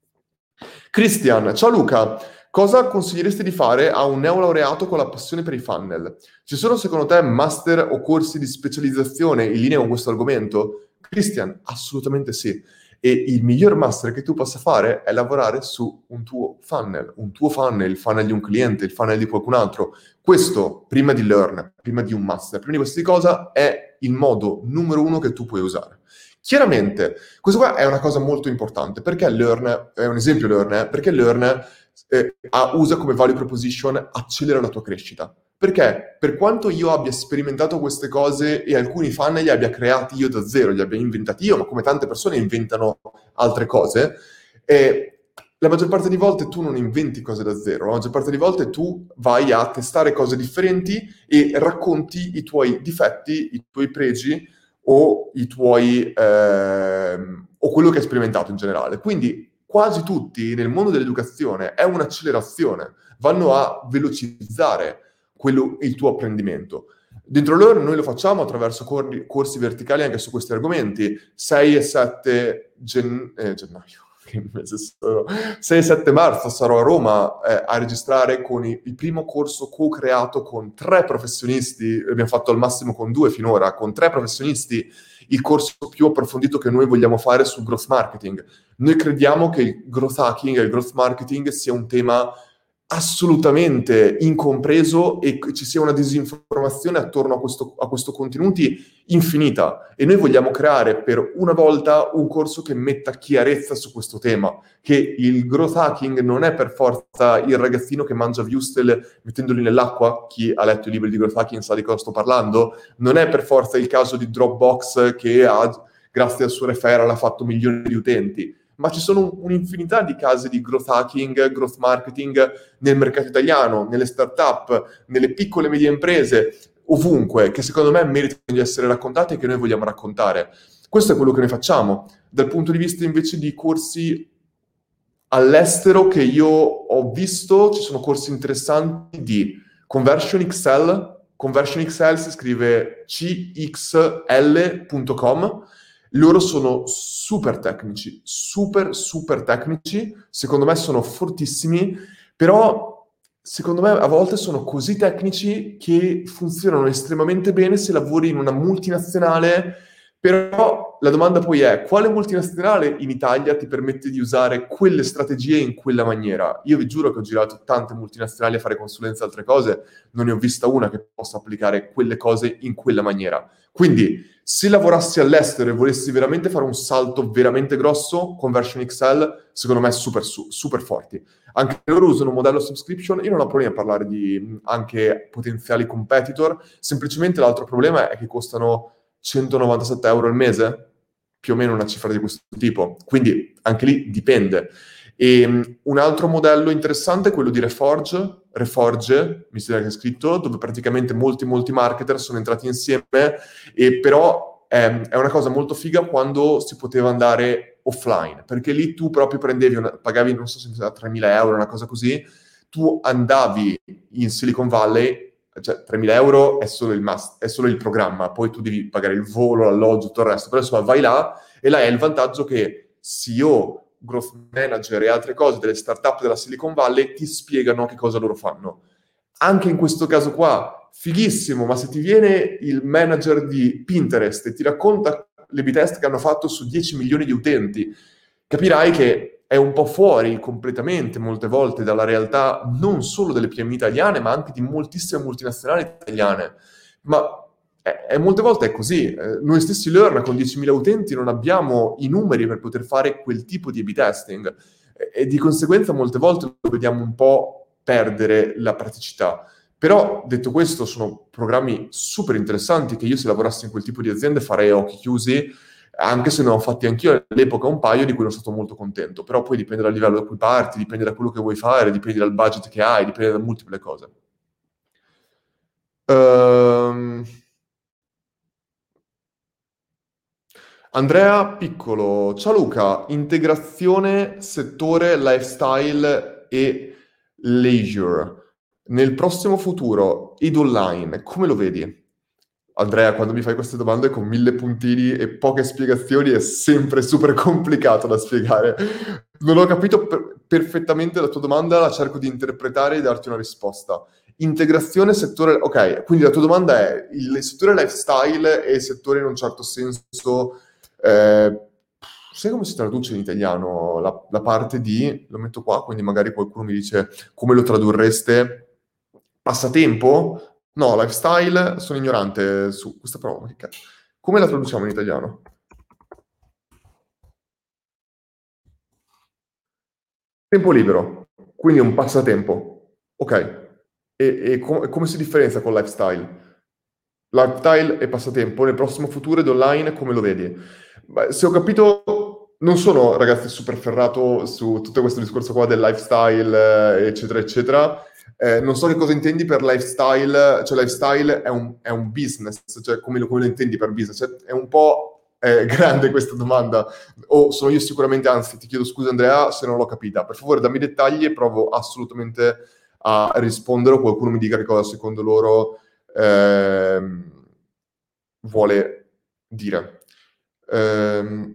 S1: Christian, ciao Luca, cosa consiglieresti di fare a un neolaureato con la passione per i funnel? Ci sono secondo te master o corsi di specializzazione in linea con questo argomento? Christian, assolutamente sì. E il miglior master che tu possa fare è lavorare su un tuo funnel, un tuo funnel, il funnel di un cliente, il funnel di qualcun altro. Questo, prima di learn, prima di un master, prima di queste cose, è il modo numero uno che tu puoi usare. Chiaramente, questo qua è una cosa molto importante, perché Learn, è un esempio Learn, eh, perché Learn eh, ha- usa come value proposition accelera la tua crescita. Perché per quanto io abbia sperimentato queste cose e alcuni fan li abbia creati io da zero, li abbia inventati io, ma come tante persone inventano altre cose, eh, la maggior parte di volte tu non inventi cose da zero, la maggior parte di volte tu vai a testare cose differenti e racconti i tuoi difetti, i tuoi pregi o i tuoi ehm, o quello che hai sperimentato in generale. Quindi quasi tutti nel mondo dell'educazione è un'accelerazione, vanno a velocizzare quello, il tuo apprendimento. Dentro loro noi lo facciamo attraverso cor- corsi verticali anche su questi argomenti. sei e sette gen- eh, gennaio, che mese sono? sei e sette marzo sarò a Roma eh, a registrare con i- il primo corso co-creato con tre professionisti, abbiamo fatto al massimo con due finora, con tre professionisti, il corso più approfondito che noi vogliamo fare sul growth marketing. Noi crediamo che il growth hacking e il growth marketing sia un tema assolutamente incompreso e ci sia una disinformazione attorno a questo, a questo contenuti infinita, e noi vogliamo creare per una volta un corso che metta chiarezza su questo tema, che il growth hacking non è per forza il ragazzino che mangia wurstel mettendoli nell'acqua. Chi ha letto i libri di growth hacking sa di cosa sto parlando. Non è per forza il caso di Dropbox che ha, grazie al suo referral, ha fatto milioni di utenti, ma ci sono un'infinità di casi di growth hacking, growth marketing nel mercato italiano, nelle start-up, nelle piccole e medie imprese, ovunque, che secondo me meritano di essere raccontati e che noi vogliamo raccontare. Questo è quello che noi facciamo. Dal punto di vista invece di corsi all'estero che io ho visto, ci sono corsi interessanti di Conversion X L. Conversion X L si scrive c x l punto com. Loro sono super tecnici, super super tecnici, secondo me sono fortissimi, però secondo me a volte sono così tecnici che funzionano estremamente bene se lavori in una multinazionale. Però la domanda poi è: quale multinazionale in Italia ti permette di usare quelle strategie in quella maniera? Io vi giuro che ho girato tante multinazionali a fare consulenza e altre cose, non ne ho vista una che possa applicare quelle cose in quella maniera. Quindi, se lavorassi all'estero e volessi veramente fare un salto veramente grosso, Conversion X L, secondo me, è super, super forti. Anche loro usano un modello subscription. Io non ho problemi a parlare di anche potenziali competitor, semplicemente l'altro problema è che costano centonovantasette euro al mese, più o meno una cifra di questo tipo, quindi anche lì dipende. E um, un altro modello interessante è quello di Reforge, Reforge, mi sembra che è scritto, dove praticamente molti molti marketer sono entrati insieme, e però è, è una cosa molto figa quando si poteva andare offline, perché lì tu proprio prendevi, una, pagavi non so se era tremila euro, una cosa così, tu andavi in Silicon Valley. Cioè, tremila euro è solo il must, è solo il programma, poi tu devi pagare il volo, l'alloggio, tutto il resto, però insomma vai là e là è il vantaggio che C E O, growth manager e altre cose delle startup della Silicon Valley ti spiegano che cosa loro fanno. Anche in questo caso qua, fighissimo, ma se ti viene il manager di Pinterest e ti racconta le B-test che hanno fatto su dieci milioni di utenti, capirai che è un po' fuori completamente molte volte dalla realtà non solo delle P M I italiane, ma anche di moltissime multinazionali italiane. Ma è, è molte volte è così. Eh, noi stessi Learn con diecimila utenti non abbiamo i numeri per poter fare quel tipo di A B testing e, e di conseguenza molte volte lo vediamo un po' perdere la praticità. Però, detto questo, sono programmi super interessanti che io, se lavorassi in quel tipo di aziende, farei a occhi chiusi, anche se ne ho fatti anch'io all'epoca un paio di cui non sono stato molto contento. Però poi dipende dal livello da cui parti, dipende da quello che vuoi fare, dipende dal budget che hai, dipende da multiple cose. Um... Andrea Piccolo, ciao Luca, integrazione settore lifestyle e leisure. Nel prossimo futuro, ed online, come lo vedi? Andrea, quando mi fai queste domande con mille puntini e poche spiegazioni è sempre super complicato da spiegare. Non ho capito per- perfettamente la tua domanda, la cerco di interpretare e darti una risposta. Integrazione settore... Ok, quindi la tua domanda è il settore lifestyle e il settore in un certo senso... Eh, sai come si traduce in italiano la, la parte di... Lo metto qua, quindi magari qualcuno mi dice come lo tradurreste. Passatempo? No, lifestyle, sono ignorante su questa parola. Che cazzo? Come la traduciamo in italiano? Tempo libero, quindi un passatempo. Ok. E, e com- come si differenzia con lifestyle? Lifestyle e passatempo, nel prossimo futuro ed online, come lo vedi? Beh, se ho capito, non sono ragazzi super ferrato su tutto questo discorso qua del lifestyle, eh, eccetera, eccetera. Eh, non so che cosa intendi per lifestyle, cioè lifestyle è un, è un business, cioè come lo, come lo intendi per business? Cioè, è un po' eh, grande questa domanda, o sono io sicuramente, anzi ti chiedo scusa Andrea se non l'ho capita, per favore dammi i dettagli e provo assolutamente a rispondere, o qualcuno mi dica che cosa secondo loro ehm, vuole dire. Ehm,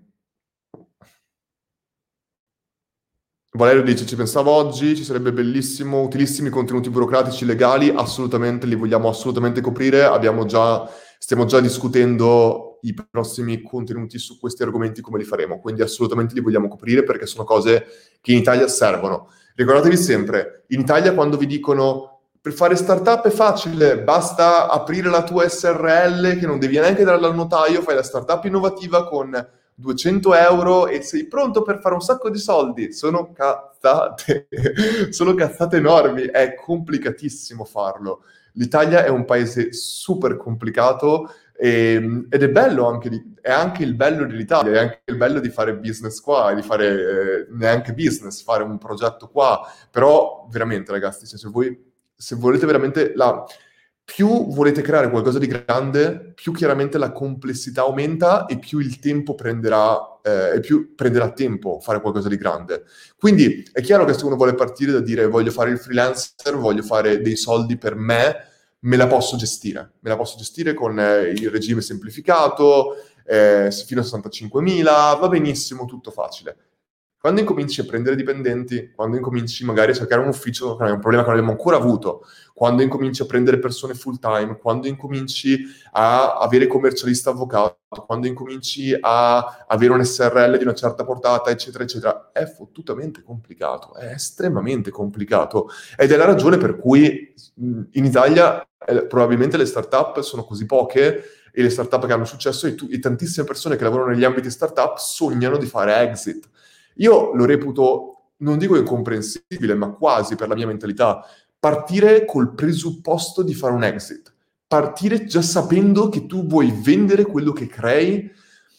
S1: Valerio dice, ci pensavo oggi, ci sarebbe bellissimo, utilissimi contenuti burocratici legali, assolutamente, li vogliamo assolutamente coprire, abbiamo già, stiamo già discutendo i prossimi contenuti su questi argomenti, come li faremo, quindi assolutamente li vogliamo coprire perché sono cose che in Italia servono. Ricordatevi sempre, in Italia quando vi dicono per fare startup è facile, basta aprire la tua S R L che non devi neanche dare al notaio, fai la startup innovativa con duecento euro e sei pronto per fare un sacco di soldi. Sono cazzate, sono cazzate enormi, è complicatissimo farlo. L'Italia è un paese super complicato e, ed è bello anche, di, è anche il bello dell'Italia, è anche il bello di fare business qua, di fare eh, neanche business, fare un progetto qua. Però veramente ragazzi, cioè, se voi se volete veramente la più volete creare qualcosa di grande, più chiaramente la complessità aumenta e più il tempo prenderà eh, e più prenderà tempo fare qualcosa di grande. Quindi è chiaro che se uno vuole partire da dire voglio fare il freelancer, voglio fare dei soldi per me, me la posso gestire, me la posso gestire con eh, il regime semplificato, eh, fino a sessantacinquemila, va benissimo, tutto facile. Quando incominci a prendere dipendenti, quando incominci magari a cercare un ufficio, che è un problema che non abbiamo ancora avuto, quando incominci a prendere persone full time, quando incominci a avere commercialista avvocato, quando incominci a avere un S R L di una certa portata, eccetera, eccetera, è fottutamente complicato, è estremamente complicato. Ed è la ragione per cui in Italia eh, probabilmente le startup sono così poche e le startup che hanno successo e, tu, e tantissime persone che lavorano negli ambiti startup sognano di fare exit. Io lo reputo, non dico incomprensibile, ma quasi per la mia mentalità, partire col presupposto di fare un exit. Partire già sapendo che tu vuoi vendere quello che crei,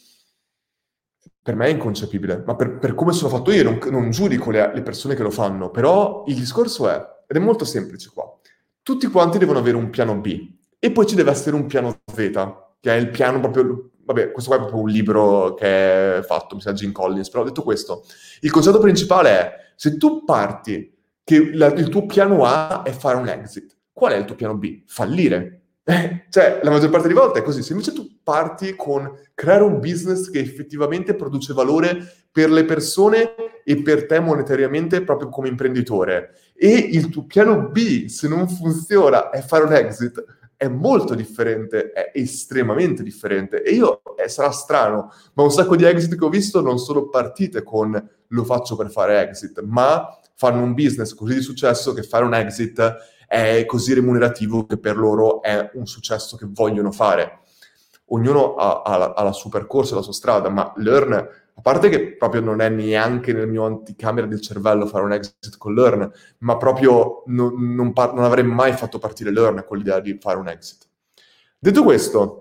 S1: per me è inconcepibile. Ma per, per come sono fatto io, non, non giudico le, le persone che lo fanno, però il discorso è, ed è molto semplice qua, tutti quanti devono avere un piano B e poi ci deve essere un piano Z, che è il piano proprio... Vabbè, questo qua è proprio un libro che è fatto, mi sa Jim Collins, però detto questo, il concetto principale è, se tu parti che la, il tuo piano A è fare un exit, qual è il tuo piano B? Fallire. Eh, cioè, la maggior parte delle volte è così. Se invece tu parti con creare un business che effettivamente produce valore per le persone e per te monetariamente proprio come imprenditore, e il tuo piano B, se non funziona, è fare un exit, è molto differente, è estremamente differente. E io, eh, sarà strano, ma un sacco di exit che ho visto non sono partite con lo faccio per fare exit, ma fanno un business così di successo che fare un exit è così remunerativo che per loro è un successo che vogliono fare. Ognuno ha, ha, la, ha la sua percorso, la sua strada, ma Learn, a parte che proprio non è neanche nel mio anticamera del cervello fare un exit con Learn, ma proprio non, non, par- non avrei mai fatto partire Learn con l'idea di fare un exit. Detto questo,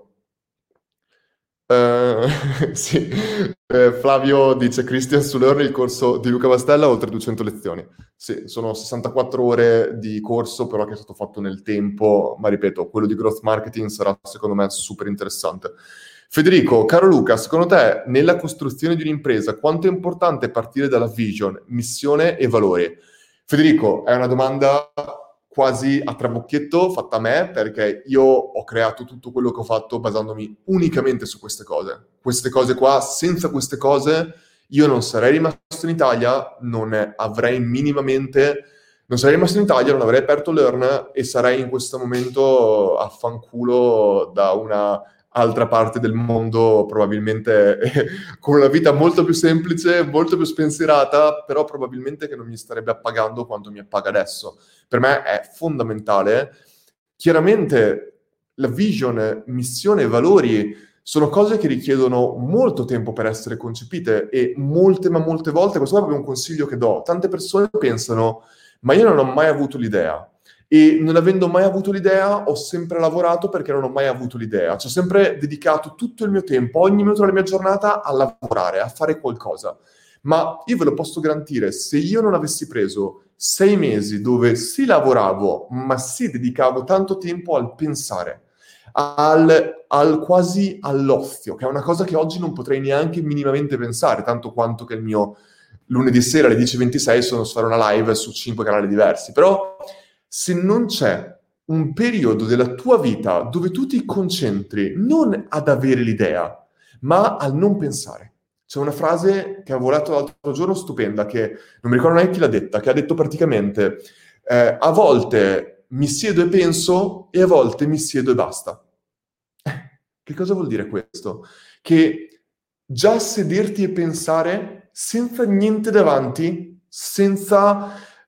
S1: Uh, sì, eh, Flavio dice Christian su Learn, il corso di Luca Mastella, oltre duecento lezioni. Sì, sono sessantaquattro ore di corso, però che è stato fatto nel tempo, ma ripeto, quello di growth marketing sarà secondo me super interessante. Federico, caro Luca, secondo te nella costruzione di un'impresa quanto è importante partire dalla vision, missione e valori? Federico, è una domanda quasi a trabocchetto fatta a me, perché io ho creato tutto quello che ho fatto basandomi unicamente su queste cose. Queste cose qua, senza queste cose, io non sarei rimasto in Italia, non avrei minimamente... Non sarei rimasto in Italia, non avrei aperto Learn e sarei in questo momento a fanculo da una altra parte del mondo, probabilmente con una vita molto più semplice, molto più spensierata, però probabilmente che non mi starebbe appagando quanto mi appaga adesso. Per me è fondamentale. Chiaramente la vision, missione e valori sono cose che richiedono molto tempo per essere concepite e molte, ma molte volte, questo è proprio un consiglio che do, tante persone pensano, ma io non ho mai avuto l'idea. E non avendo mai avuto l'idea, ho sempre lavorato perché non ho mai avuto l'idea. Ci ho sempre dedicato tutto il mio tempo, ogni minuto della mia giornata a lavorare, a fare qualcosa. Ma io ve lo posso garantire, se io non avessi preso sei mesi dove sì lavoravo, ma sì dedicavo tanto tempo al pensare, al, al quasi all'ozio, che è una cosa che oggi non potrei neanche minimamente pensare, tanto quanto che il mio lunedì sera alle dieci e ventisei sono su fare una live su cinque canali diversi. Però se non c'è un periodo della tua vita dove tu ti concentri non ad avere l'idea, ma al non pensare. C'è una frase che avevo letto l'altro giorno stupenda, che non mi ricordo neanche chi l'ha detta, che ha detto praticamente eh, a volte mi siedo e penso e a volte mi siedo e basta. Eh, che cosa vuol dire questo? Che già sederti e pensare senza niente davanti, senza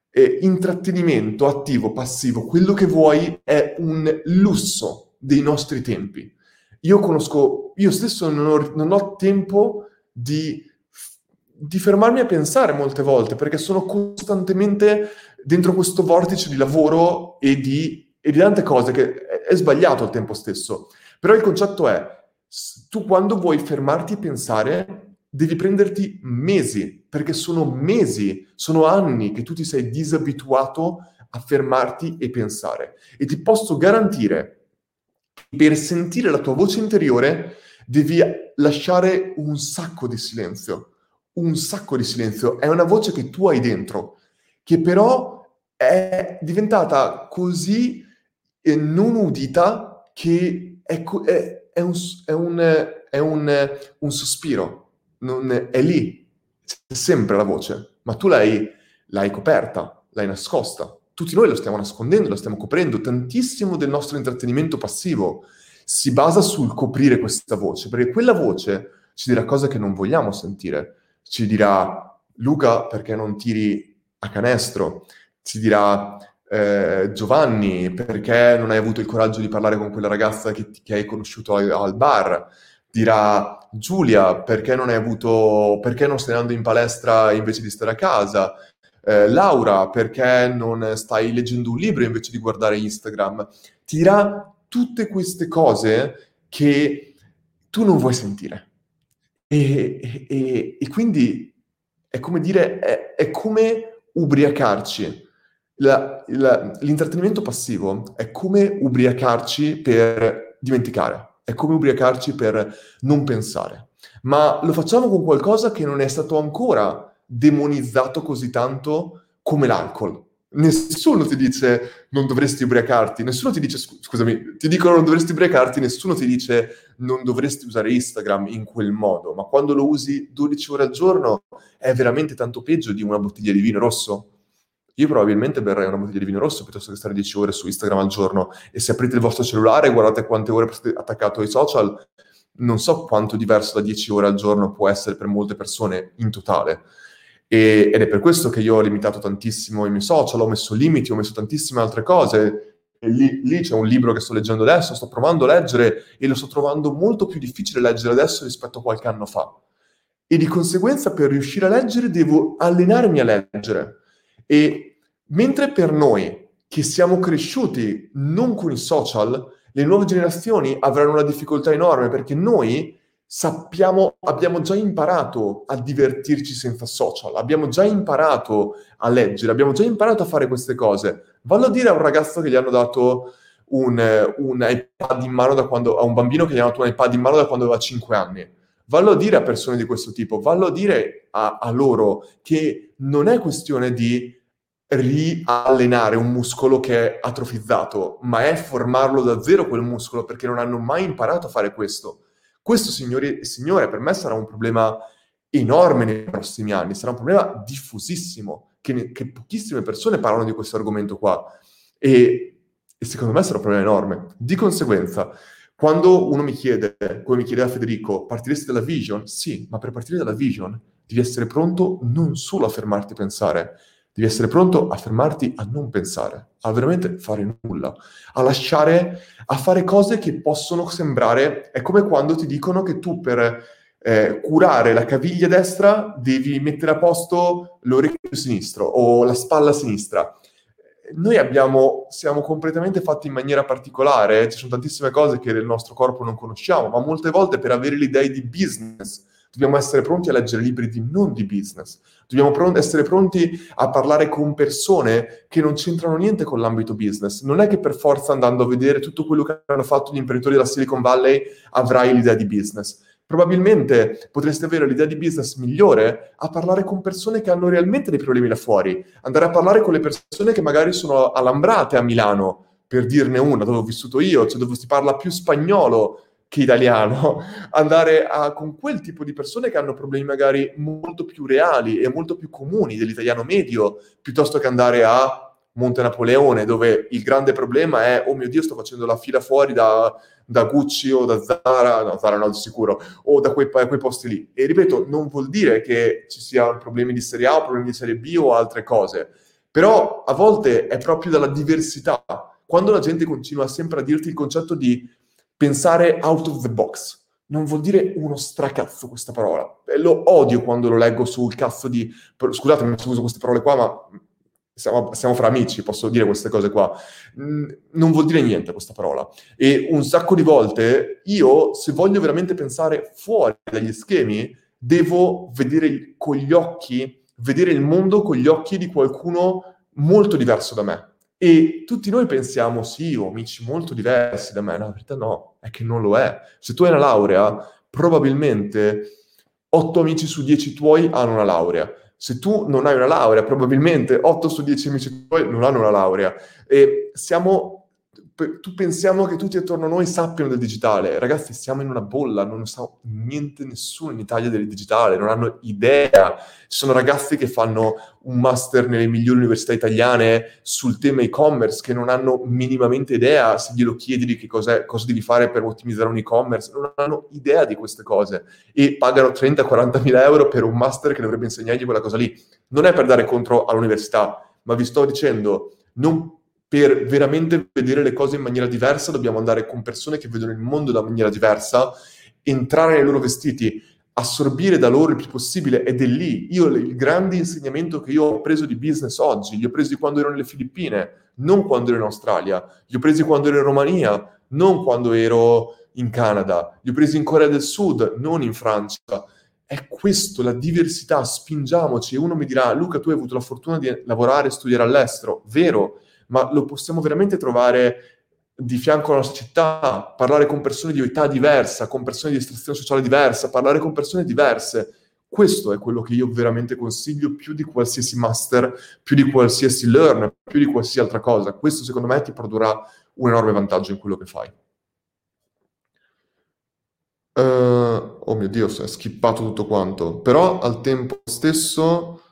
S1: eh, intrattenimento attivo, passivo, quello che vuoi è un lusso dei nostri tempi. Io conosco, io stesso non ho, non ho tempo di, di fermarmi a pensare molte volte, perché sono costantemente dentro questo vortice di lavoro e di, e di tante cose, che è, è sbagliato al tempo stesso. Però il concetto è, s- tu quando vuoi fermarti e pensare, devi prenderti mesi, perché sono mesi, sono anni che tu ti sei disabituato a fermarti e pensare. E ti posso garantire che per sentire la tua voce interiore devi lasciare un sacco di silenzio, un sacco di silenzio. È una voce che tu hai dentro, che però è diventata così eh, non udita che è, co- è- è un, s- è un, eh, è un, eh, un sospiro, non, è lì, c'è sempre la voce, ma tu l'hai, l'hai coperta, l'hai nascosta. Tutti noi lo stiamo nascondendo, lo stiamo coprendo. Tantissimo del nostro intrattenimento passivo si basa sul coprire questa voce, perché quella voce ci dirà cose che non vogliamo sentire. Ci dirà, Luca, perché non tiri a canestro? Ci dirà, eh, Giovanni, perché non hai avuto il coraggio di parlare con quella ragazza che, che hai conosciuto al, al bar? Dirà, Giulia, perché non hai avuto, perché non stai andando in palestra invece di stare a casa? Eh, Laura, perché non stai leggendo un libro invece di guardare Instagram? Ti dirà tutte queste cose che tu non vuoi sentire. E, e- e quindi è come dire, è, è come ubriacarci. La- la- l'intrattenimento passivo è come ubriacarci per dimenticare, è come ubriacarci per non pensare. Ma lo facciamo con qualcosa che non è stato ancora demonizzato così tanto come l'alcol. Nessuno ti dice non dovresti ubriacarti, nessuno ti dice, scu- scusami, ti dicono non dovresti ubriacarti, nessuno ti dice non dovresti usare Instagram in quel modo, ma quando lo usi dodici ore al giorno è veramente tanto peggio di una bottiglia di vino rosso. Io probabilmente berrei una bottiglia di vino rosso piuttosto che stare dieci ore su Instagram al giorno. E se aprite il vostro cellulare e guardate quante ore siete attaccato ai social, non so quanto diverso da dieci ore al giorno può essere per molte persone in totale. E- ed è per questo che io ho limitato tantissimo i miei social, ho messo limiti, ho messo tantissime altre cose. E lì, lì c'è un libro che sto leggendo adesso, sto provando a leggere e lo sto trovando molto più difficile leggere adesso rispetto a qualche anno fa. E di conseguenza per riuscire a leggere devo allenarmi a leggere. E mentre per noi che siamo cresciuti non con i social, le nuove generazioni avranno una difficoltà enorme perché noi sappiamo, abbiamo già imparato a divertirci senza social, abbiamo già imparato a leggere, abbiamo già imparato a fare queste cose. Vallo a dire a un ragazzo che gli hanno dato un, un iPad in mano da quando, a un bambino che gli hanno dato un iPad in mano da quando aveva cinque anni. Vallo a dire a persone di questo tipo, vallo a dire a, a loro che non è questione di riallenare un muscolo che è atrofizzato, ma è formarlo da zero quel muscolo perché non hanno mai imparato a fare questo. Questo, signori e signore, per me sarà un problema enorme nei prossimi anni, sarà un problema diffusissimo, che, ne- che pochissime persone parlano di questo argomento qua. E, e secondo me sarà un problema enorme. Di conseguenza, quando uno mi chiede, come mi chiedeva Federico, partiresti dalla vision? Sì, ma per partire dalla vision devi essere pronto non solo a fermarti a pensare, devi essere pronto a fermarti a non pensare, a veramente fare nulla, a lasciare, a fare cose che possono sembrare, è come quando ti dicono che tu per eh, curare la caviglia destra devi mettere a posto l'orecchio sinistro o la spalla sinistra. Noi abbiamo, siamo completamente fatti in maniera particolare, ci sono tantissime cose che nel nostro corpo non conosciamo, ma molte volte per avere le idee di business dobbiamo essere pronti a leggere libri di non di business, dobbiamo pron- essere pronti a parlare con persone che non c'entrano niente con l'ambito business. Non è che per forza andando a vedere tutto quello che hanno fatto gli imprenditori della Silicon Valley avrai l'idea di business. Probabilmente potresti avere l'idea di business migliore a parlare con persone che hanno realmente dei problemi là fuori, andare a parlare con le persone che magari sono a Lambrate a Milano, per dirne una, dove ho vissuto io, cioè dove si parla più spagnolo che italiano, andare a, con quel tipo di persone che hanno problemi magari molto più reali e molto più comuni dell'italiano medio, piuttosto che andare a Monte Napoleone, dove il grande problema è, oh mio Dio, sto facendo la fila fuori da, da Gucci o da Zara, no, Zara no, sicuro, o da quei, quei posti lì. E ripeto, non vuol dire che ci siano problemi di serie A o problemi di serie B o altre cose, Però a volte è proprio dalla diversità. Quando la gente continua sempre a dirti il concetto di pensare out of the box, non vuol dire uno stracazzo questa parola. E lo odio quando lo leggo sul cazzo di... Scusatemi se uso queste parole qua, ma siamo, siamo fra amici, posso dire queste cose qua. Mm, Non vuol dire niente questa parola. E un sacco di volte io, se voglio veramente pensare fuori dagli schemi, devo vedere il- con gli occhi, vedere il mondo con gli occhi di qualcuno molto diverso da me. E tutti noi pensiamo, sì, ho amici molto diversi da me. No, in realtà no, è che non lo è. Se tu hai una laurea, probabilmente otto amici su dieci tuoi hanno una laurea. Se tu non hai una laurea, probabilmente otto su dieci amici tuoi non hanno una laurea. E siamo... Tu pensiamo che tutti attorno a noi sappiano del digitale. Ragazzi, siamo in una bolla, non sa niente nessuno in Italia del digitale, non hanno idea. Ci sono ragazzi che fanno un master nelle migliori università italiane sul tema e-commerce che non hanno minimamente idea, se glielo chiedi di che cos'è, cosa devi fare per ottimizzare un e-commerce, non hanno idea di queste cose e pagano trenta quaranta mila euro per un master che dovrebbe insegnargli quella cosa lì. Non è per dare contro all'università, ma vi sto dicendo, non per veramente vedere le cose in maniera diversa, dobbiamo andare con persone che vedono il mondo da maniera diversa, entrare nei loro vestiti, assorbire da loro il più possibile, ed è lì. Io il grande insegnamento che io ho preso di business oggi, li ho presi quando ero nelle Filippine, non quando ero in Australia, li ho presi quando ero in Romania, non quando ero in Canada, li ho presi in Corea del Sud, non in Francia. È questo, la diversità, spingiamoci. E uno mi dirà, Luca, tu hai avuto la fortuna di lavorare e studiare all'estero, vero? Ma lo possiamo veramente trovare di fianco alla nostra città, parlare con persone di età diversa, con persone di estrazione sociale diversa, parlare con persone diverse. Questo è quello che io veramente consiglio più di qualsiasi master, più di qualsiasi learn, più di qualsiasi altra cosa. Questo secondo me ti produrrà un enorme vantaggio in quello che fai. Uh, oh mio Dio, si è skippato tutto quanto. Però al tempo stesso...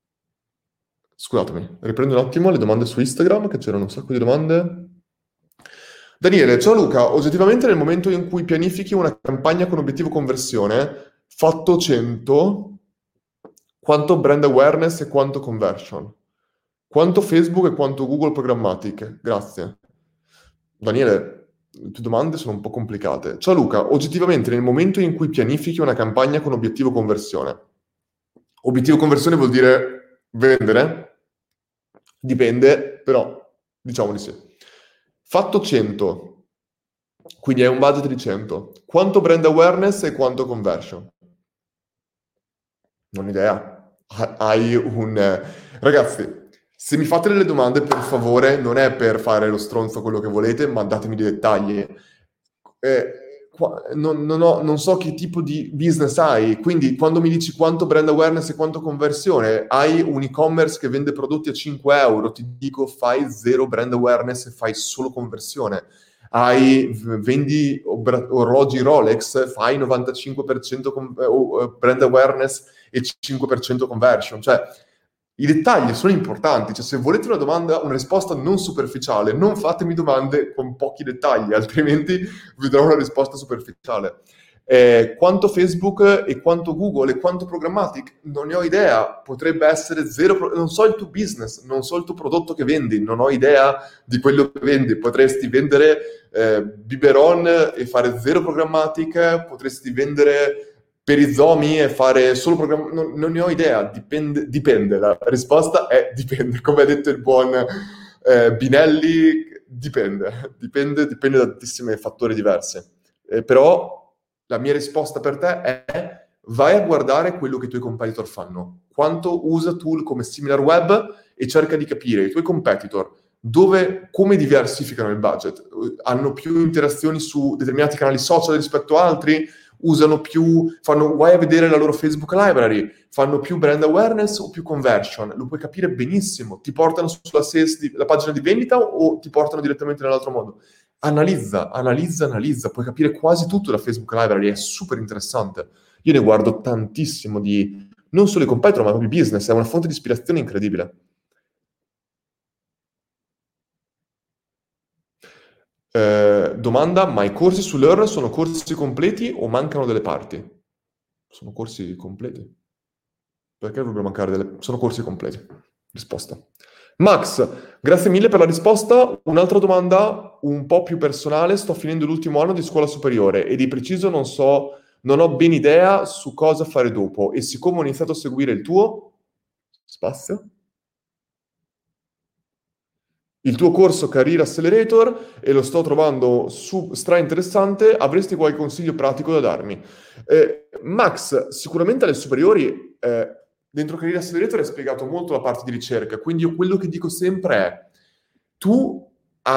S1: Scusatemi, riprendo un attimo le domande su Instagram, che c'erano un sacco di domande. Daniele, ciao Luca, oggettivamente nel momento in cui pianifichi una campagna con obiettivo conversione, fatto cento, quanto brand awareness e quanto conversion? Quanto Facebook e quanto Google Programmatic? Grazie. Daniele, le tue domande sono un po' complicate. Ciao Luca, oggettivamente nel momento in cui pianifichi una campagna con obiettivo conversione, obiettivo conversione vuol dire vendere? Dipende, però diciamo di sì. Fatto cento, quindi hai un budget di cento. Quanto brand awareness e quanto conversion? Non ho idea. Ha- Hai un... eh, Ragazzi, se mi fate delle domande, per favore, non è per fare lo stronzo quello che volete, ma datemi dei dettagli. Eh, qua- non, non ho- non so che tipo di business hai, quindi quando mi dici quanto brand awareness e quanto conversione, hai un e-commerce che vende prodotti a cinque euro, ti dico fai zero brand awareness e fai solo conversione. Hai, v- vendi obra- orologi Rolex, fai novantacinque per cento con- eh, o- eh, brand awareness e cinque per cento conversion. Cioè, i dettagli sono importanti. Cioè, se volete una domanda, una risposta non superficiale, non fatemi domande con pochi dettagli, altrimenti vi darò una risposta superficiale. Eh, quanto Facebook e quanto Google e quanto Programmatic? Non ne ho idea. Potrebbe essere zero. pro- Non so il tuo business, non so il tuo prodotto che vendi, non ho idea di quello che vendi. Potresti vendere eh, biberon e fare zero Programmatic, potresti vendere perizomi e fare solo programma, non, non ne ho idea, dipende, dipende, la risposta è dipende, come ha detto il buon eh, Binelli, dipende, dipende, dipende da tantissimi fattori diversi. Eh, però la mia risposta per te è vai a guardare quello che i tuoi competitor fanno, quanto usa tool come SimilarWeb e cerca di capire i tuoi competitor dove, come diversificano il budget, hanno più interazioni su determinati canali social rispetto a altri, usano più, fanno, vai a vedere la loro Facebook library, fanno più brand awareness o più conversion, lo puoi capire benissimo, ti portano sulla sales di, la pagina di vendita o ti portano direttamente nell'altro modo. Analizza, analizza, analizza, puoi capire quasi tutto da Facebook library, è super interessante. Io ne guardo tantissimo di, non solo i competitor, ma proprio i business, è una fonte di ispirazione incredibile. Eh, domanda, ma i corsi su Learn sono corsi completi o mancano delle parti? Sono corsi completi. Perché dovrebbero mancare delle... Sono corsi completi. Risposta. Max, grazie mille per la risposta. Un'altra domanda un po' più personale. Sto finendo l'ultimo anno di scuola superiore e di preciso non so, non ho ben idea su cosa fare dopo. E siccome ho iniziato a seguire il tuo spazio, il tuo corso Career Accelerator e lo sto trovando su, stra interessante, avresti qualche consiglio pratico da darmi? Eh, Max, sicuramente alle superiori, eh, dentro Career Accelerator hai spiegato molto la parte di ricerca, quindi io quello che dico sempre è, tu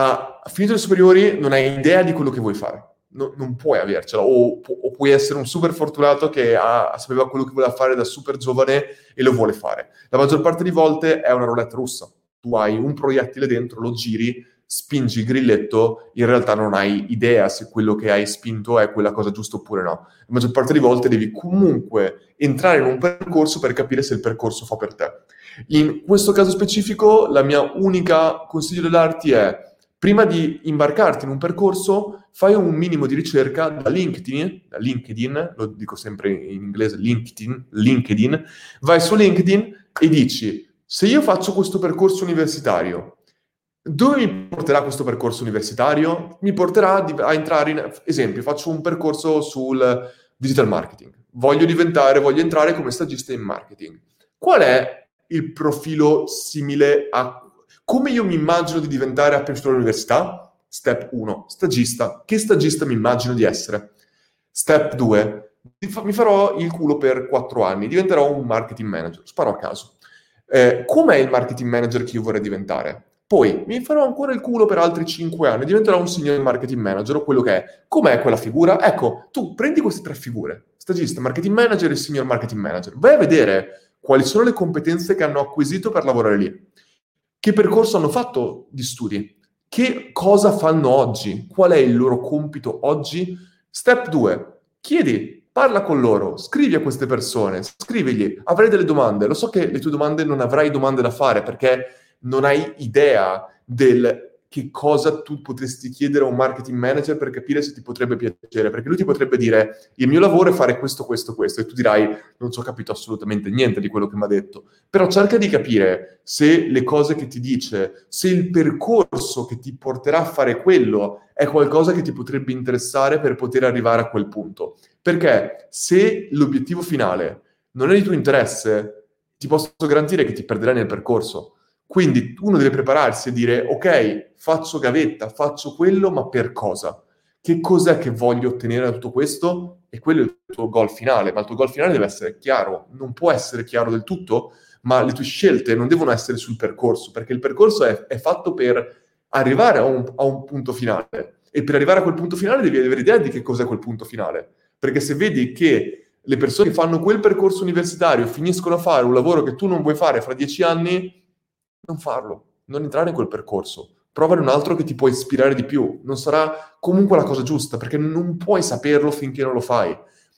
S1: a finito le superiori non hai idea di quello che vuoi fare. No- non puoi avercela, o, pu- o puoi essere un super fortunato che ha- sapeva quello che voleva fare da super giovane e lo vuole fare. La maggior parte di volte è una roulette russa. Tu hai un proiettile dentro, lo giri, spingi il grilletto, in realtà non hai idea se quello che hai spinto è quella cosa giusta oppure no. La maggior parte di volte devi comunque entrare in un percorso per capire se il percorso fa per te. In questo caso specifico, la mia unica consiglio da darti è, prima di imbarcarti in un percorso, fai un minimo di ricerca da LinkedIn, da LinkedIn, lo dico sempre in inglese, LinkedIn, LinkedIn, vai su LinkedIn e dici, se io faccio questo percorso universitario, dove mi porterà questo percorso universitario? Mi porterà di- a entrare in, esempio, faccio un percorso sul digital marketing. Voglio diventare, voglio entrare come stagista in marketing. Qual è il profilo simile a come io mi immagino di diventare appena finito all'università? Step uno, stagista. Che stagista mi immagino di essere? Step due, mi fa- mi farò il culo per quattro anni, diventerò un marketing manager, sparo a caso. Eh, com'è il marketing manager che io vorrei diventare? Poi mi farò ancora il culo per altri cinque anni, diventerò un senior marketing manager o quello che è. Com'è quella figura? Ecco, tu prendi queste tre figure, stagista, marketing manager e senior marketing manager, vai a vedere quali sono le competenze che hanno acquisito per lavorare lì, che percorso hanno fatto di studi, che cosa fanno oggi, qual è il loro compito oggi. Step due, chiedi, parla con loro, scrivi a queste persone, scrivigli, avrai delle domande. Lo so che le tue domande non avrai domande da fare perché non hai idea del che cosa tu potresti chiedere a un marketing manager per capire se ti potrebbe piacere, perché lui ti potrebbe dire il mio lavoro è fare questo, questo, questo, e tu dirai non ci ho capito assolutamente niente di quello che mi ha detto, però cerca di capire se le cose che ti dice, se il percorso che ti porterà a fare quello è qualcosa che ti potrebbe interessare per poter arrivare a quel punto. Perché se l'obiettivo finale non è di tuo interesse, ti posso garantire che ti perderai nel percorso. Quindi uno deve prepararsi e dire, ok, faccio gavetta, faccio quello, ma per cosa? Che cos'è che voglio ottenere da tutto questo? E quello è il tuo goal finale, ma il tuo goal finale deve essere chiaro. Non può essere chiaro del tutto, ma le tue scelte non devono essere sul percorso, perché il percorso è, è fatto per arrivare a un, a un punto finale. E per arrivare a quel punto finale devi avere idea di che cos'è quel punto finale. Perché se vedi che le persone che fanno quel percorso universitario finiscono a fare un lavoro che tu non vuoi fare fra dieci anni, non farlo, non entrare in quel percorso. Provare un altro che ti può ispirare di più. Non sarà comunque la cosa giusta, perché non puoi saperlo finché non lo fai.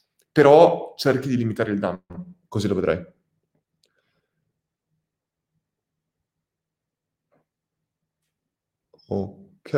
S1: Però cerchi di limitare il danno, così lo vedrai. Ok.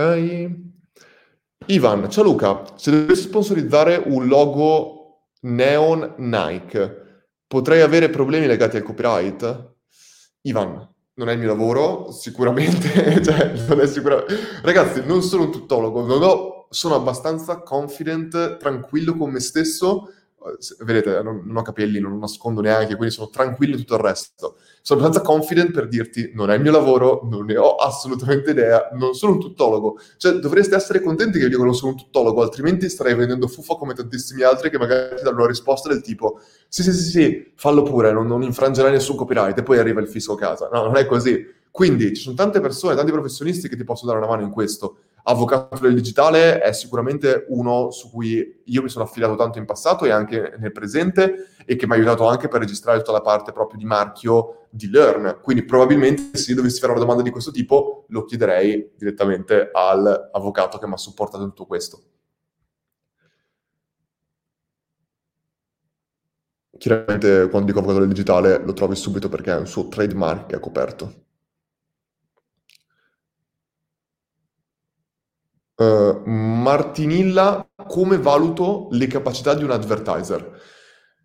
S1: Ivan, ciao Luca, se dovessi sponsorizzare un logo neon Nike, potrei avere problemi legati al copyright? Ivan, non è il mio lavoro, sicuramente, cioè, non è sicura- Ragazzi, non sono un tuttologo, non ho- sono abbastanza confident, tranquillo con me stesso. Eh, se- Vedete, non, non ho capelli, non nascondo neanche, quindi sono tranquillo in tutto il resto. Sono abbastanza confident per dirti, non è il mio lavoro, non ne ho assolutamente idea, non sono un tuttologo. Cioè, dovreste essere contenti che io dico che non sono un tuttologo, altrimenti starei vendendo fuffa come tantissimi altri che magari ti danno una risposta del tipo sì, sì, sì, sì, fallo pure, non, non infrangerai nessun copyright e poi arriva il fisco a casa. No, non è così. Quindi ci sono tante persone, tanti professionisti che ti possono dare una mano in questo. Avvocato del digitale è sicuramente uno su cui io mi sono affidato tanto in passato e anche nel presente e che mi ha aiutato anche per registrare tutta la parte proprio di marchio di Learn. Quindi probabilmente se io dovessi fare una domanda di questo tipo lo chiederei direttamente all'avvocato che mi ha supportato in tutto questo. Chiaramente quando dico avvocato del digitale lo trovi subito perché è un suo trademark che è coperto. Uh, Martinilla, come valuto le capacità di un advertiser?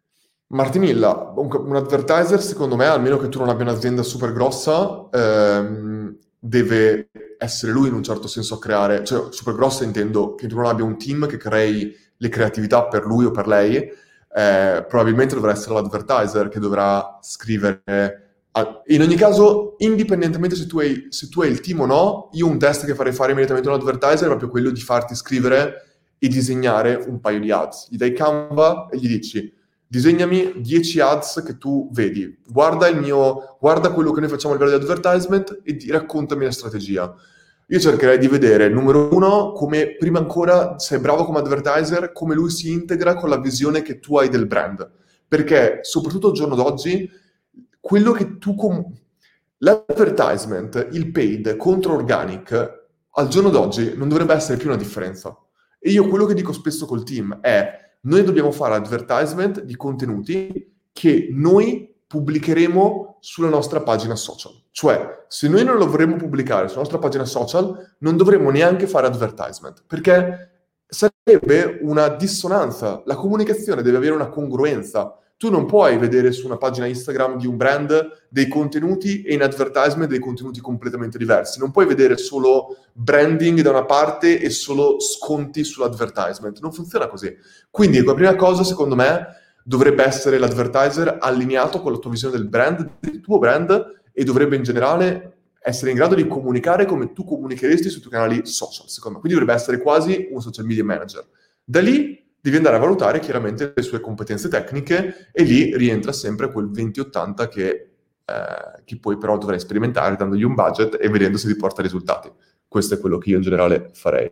S1: Martimilla, un, un advertiser, secondo me, almeno che tu non abbia un'azienda super grossa, ehm, deve essere lui in un certo senso a creare, cioè super grossa intendo che tu non abbia un team che crei le creatività per lui o per lei, eh, probabilmente dovrà essere l'advertiser che dovrà scrivere. a- In ogni caso, indipendentemente se tu, hai, se tu hai il team o no, io un test che farei fare immediatamente a un advertiser è proprio quello di farti scrivere e disegnare un paio di ads. Gli dai Canva e gli dici disegnami dieci ads che tu vedi, guarda il mio, guarda quello che noi facciamo a livello di advertisement e di, raccontami la strategia. Io cercherei di vedere, numero uno, come prima ancora sei bravo come advertiser, come lui si integra con la visione che tu hai del brand. Perché, soprattutto al giorno d'oggi, quello che tu... Com- l'advertisement, il paid contro organic, al giorno d'oggi non dovrebbe essere più una differenza. E io quello che dico spesso col team è noi dobbiamo fare advertisement di contenuti che noi pubblicheremo sulla nostra pagina social. Cioè, se noi non lo vorremmo pubblicare sulla nostra pagina social, non dovremmo neanche fare advertisement, perché sarebbe una dissonanza. La comunicazione deve avere una congruenza. Tu non puoi vedere su una pagina Instagram di un brand dei contenuti e in advertisement dei contenuti completamente diversi. Non puoi vedere solo branding da una parte e solo sconti sull'advertisement. Non funziona così. Quindi la prima cosa, secondo me, dovrebbe essere l'advertiser allineato con la tua visione del brand, del tuo brand, e dovrebbe in generale essere in grado di comunicare come tu comunicheresti sui tuoi canali social, secondo me. Quindi dovrebbe essere quasi un social media manager. Da lì devi andare a valutare chiaramente le sue competenze tecniche e lì rientra sempre quel venti ottanta che, eh, che poi però dovrai sperimentare dandogli un budget e vedendo se ti porta risultati. Questo è quello che io in generale farei.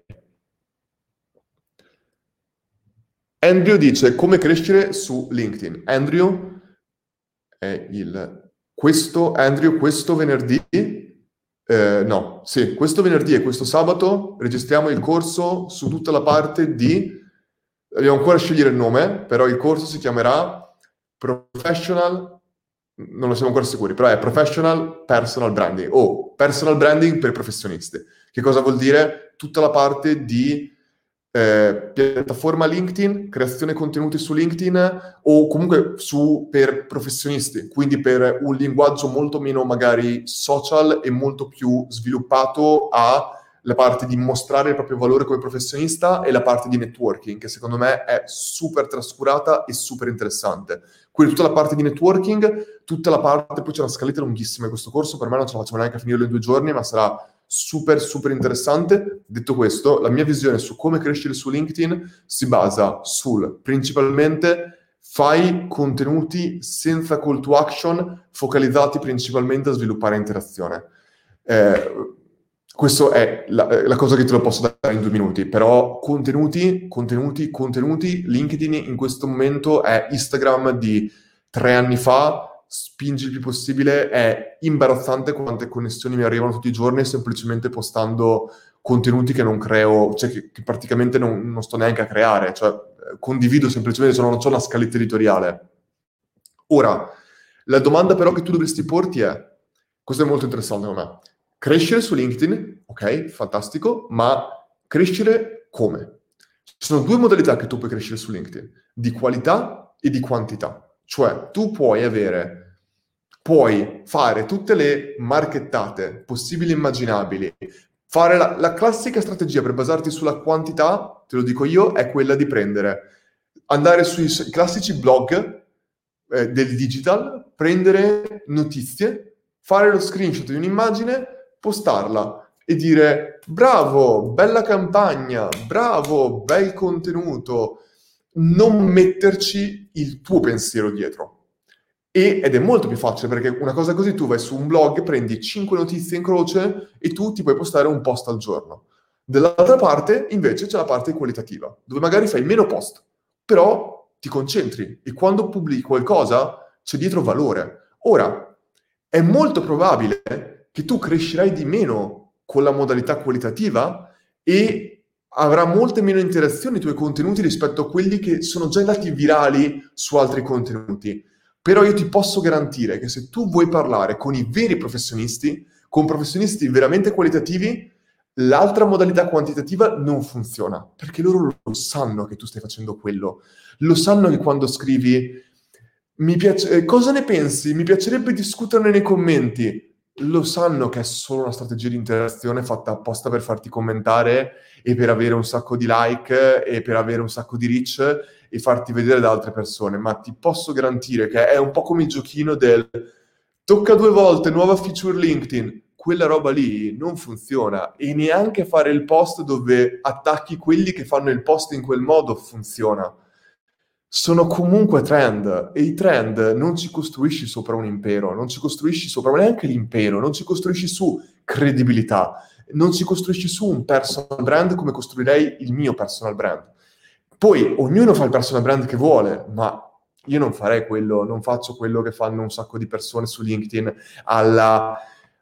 S1: Andrew dice come crescere su LinkedIn. Andrew è il... Questo, Andrew, questo venerdì... eh, no, sì, questo venerdì e questo sabato registriamo il corso su tutta la parte di... Dobbiamo ancora scegliere il nome, però il corso si chiamerà Professional... Non lo siamo ancora sicuri, però è Professional Personal Branding o Personal Branding per professionisti. Che cosa vuol dire? Tutta la parte di eh, piattaforma LinkedIn, creazione contenuti su LinkedIn o comunque su, per professionisti, quindi per un linguaggio molto meno magari social e molto più sviluppato alla parte di mostrare il proprio valore come professionista e la parte di networking, che secondo me è super trascurata e super interessante. Quindi tutta la parte di networking, tutta la parte, poi c'è una scaletta lunghissima in questo corso, per me non ce la facciamo neanche a finirlo in due giorni, ma sarà super super interessante. Detto questo, la mia visione su come crescere su LinkedIn si basa sul principalmente fai contenuti senza call to action focalizzati principalmente a sviluppare interazione. Eh, questa è la, la cosa che te lo posso dare in due minuti, però contenuti, contenuti, contenuti, LinkedIn in questo momento è Instagram di tre anni fa, spingi il più possibile, è imbarazzante quante connessioni mi arrivano tutti i giorni semplicemente postando contenuti che non creo, cioè che, che praticamente non, non sto neanche a creare, cioè eh, condivido semplicemente, cioè non ho una scaletta editoriale. Ora, la domanda però che tu dovresti porti è, questo è molto interessante secondo me, crescere su LinkedIn, ok, fantastico, ma crescere come? Ci sono due modalità che tu puoi crescere su LinkedIn, di qualità e di quantità. Cioè, tu puoi avere, puoi fare tutte le marchettate possibili e immaginabili, fare la, la classica strategia per basarti sulla quantità, te lo dico io, è quella di prendere, andare sui s- classici blog eh, del digital, prendere notizie, fare lo screenshot di un'immagine, postarla e dire bravo, bella campagna, bravo, bel contenuto, non metterci il tuo pensiero dietro. E, ed è molto più facile perché una cosa così tu vai su un blog, prendi cinque notizie in croce e tu ti puoi postare un post al giorno. Dall'altra parte invece c'è la parte qualitativa, dove magari fai meno post, però ti concentri e quando pubblichi qualcosa c'è dietro valore. Ora, è molto probabile che tu crescerai di meno con la modalità qualitativa e avrà molte meno interazioni i tuoi contenuti rispetto a quelli che sono già andati virali su altri contenuti. Però io ti posso garantire che se tu vuoi parlare con i veri professionisti, con professionisti veramente qualitativi, l'altra modalità quantitativa non funziona, perché loro lo sanno che tu stai facendo quello. Lo sanno che quando scrivi Mi piace, eh, cosa ne pensi? Mi piacerebbe discuterne nei commenti. Lo sanno che è solo una strategia di interazione fatta apposta per farti commentare e per avere un sacco di like e per avere un sacco di reach e farti vedere da altre persone, ma ti posso garantire che è un po' come il giochino del tocca due volte, nuova feature LinkedIn. Quella roba lì non funziona e neanche fare il post dove attacchi quelli che fanno il post in quel modo funziona. Sono comunque trend e i trend non ci costruisci sopra un impero, non ci costruisci sopra neanche l'impero, non ci costruisci su credibilità, non ci costruisci su un personal brand come costruirei il mio personal brand. Poi ognuno fa il personal brand che vuole, ma io non farei quello, non faccio quello che fanno un sacco di persone su LinkedIn alla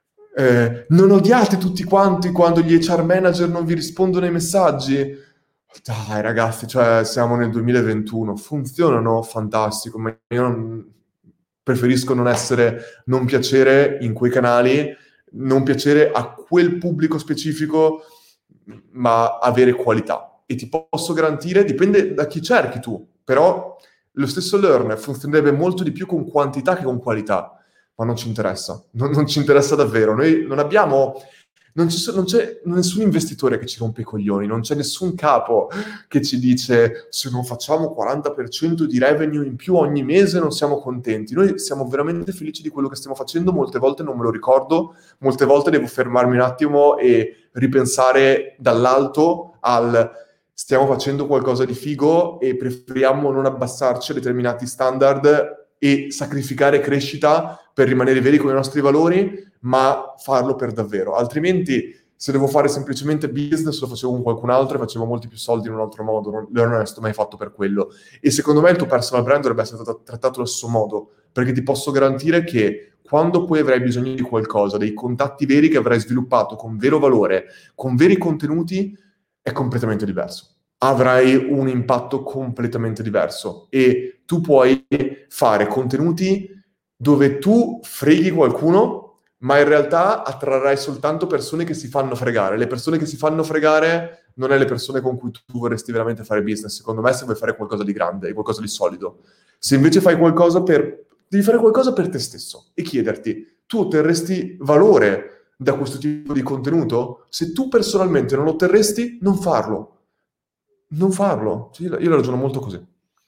S1: eh, non odiate tutti quanti quando gli H R manager non vi rispondono ai messaggi. Dai ragazzi, cioè siamo nel duemilaventuno, funzionano fantastico, ma io non- preferisco non essere, non piacere in quei canali, non piacere a quel pubblico specifico, ma avere qualità. E ti posso garantire, dipende da chi cerchi tu, però lo stesso learner funzionerebbe molto di più con quantità che con qualità, ma non ci interessa, non, non ci interessa davvero. Noi non abbiamo, non, ci so- non c'è nessun investitore che ci rompe i coglioni, non c'è nessun capo che ci dice se non facciamo quaranta per cento di revenue in più ogni mese non siamo contenti. Noi siamo veramente felici di quello che stiamo facendo, molte volte non me lo ricordo, molte volte devo fermarmi un attimo e ripensare dall'alto al stiamo facendo qualcosa di figo e preferiamo non abbassarci a determinati standard e sacrificare crescita per rimanere veri con i nostri valori, ma farlo per davvero. Altrimenti, se devo fare semplicemente business, lo facevo con qualcun altro e facevo molti più soldi in un altro modo. Non, non è stato mai fatto per quello. E secondo me il tuo personal brand dovrebbe essere trattato, trattato allo stesso modo, perché ti posso garantire che quando poi avrai bisogno di qualcosa, dei contatti veri che avrai sviluppato con vero valore, con veri contenuti, è completamente diverso. Avrai un impatto completamente diverso e tu puoi fare contenuti dove tu freghi qualcuno, ma in realtà attrarrai soltanto persone che si fanno fregare. Le persone che si fanno fregare non è le persone con cui tu vorresti veramente fare business. Secondo me, se vuoi fare qualcosa di grande, qualcosa di solido. Se invece fai qualcosa per... devi fare qualcosa per te stesso e chiederti, tu otterresti valore da questo tipo di contenuto? Se tu personalmente non lo otterresti, non farlo. Non farlo. Sì, io la ragiono molto così.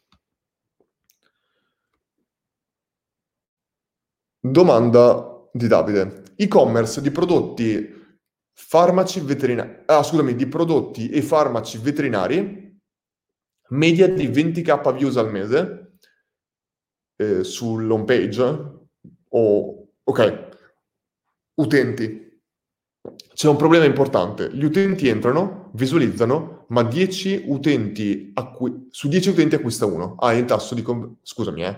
S1: Domanda di Davide. E-commerce di prodotti farmaci veterinari. Ah, scusami, di prodotti e farmaci veterinari, media di venti k views al mese eh, sull'home page. O, ok, utenti. C'è un problema importante. Gli utenti entrano, visualizzano, ma dieci utenti acqui- su dieci utenti acquista uno. Hai il tasso di... con- Scusami, eh.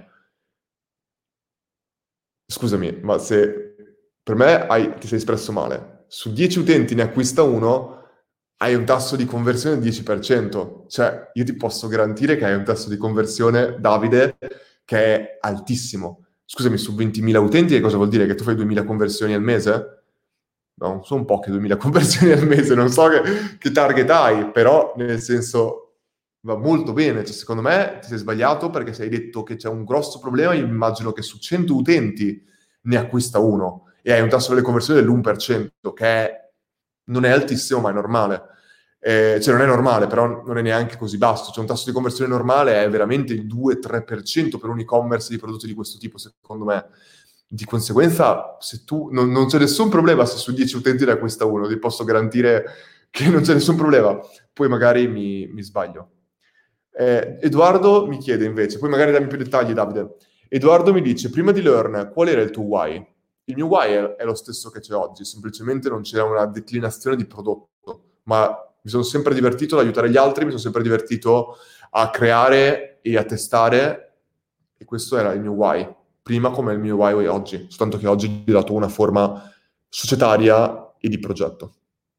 S1: Scusami, ma se per me hai- ti sei espresso male. Su dieci utenti ne acquista uno, hai un tasso di conversione del dieci per cento. Cioè, io ti posso garantire che hai un tasso di conversione, Davide, che è altissimo. Scusami, su ventimila utenti che cosa vuol dire? Che tu fai duemila conversioni al mese? No, non sono poche duemila conversioni al mese, non so che, che target hai, però nel senso va molto bene. Cioè, secondo me ti sei sbagliato perché se hai detto che c'è un grosso problema, io immagino che su cento utenti ne acquista uno e hai un tasso delle conversioni dell'uno per cento, che è- non è altissimo, ma è normale. Eh, cioè non è normale, però non è neanche così basso. Cioè un tasso di conversione normale è veramente il due-tre per cento per un e-commerce di prodotti di questo tipo, secondo me. Di conseguenza, se tu non, non c'è nessun problema se su dieci utenti ne acquista uno, ti posso garantire che non c'è nessun problema. Poi magari mi, mi sbaglio. Eh, Edoardo mi chiede invece, poi magari dammi più dettagli, Davide. Edoardo mi dice, prima di Learn, qual era il tuo why? Il mio why è, è lo stesso che c'è oggi, semplicemente non c'era una declinazione di prodotto, ma mi sono sempre divertito ad aiutare gli altri, mi sono sempre divertito a creare e a testare, e questo era il mio why, prima come il mio why oggi, soltanto che oggi gli ho dato una forma societaria e di progetto.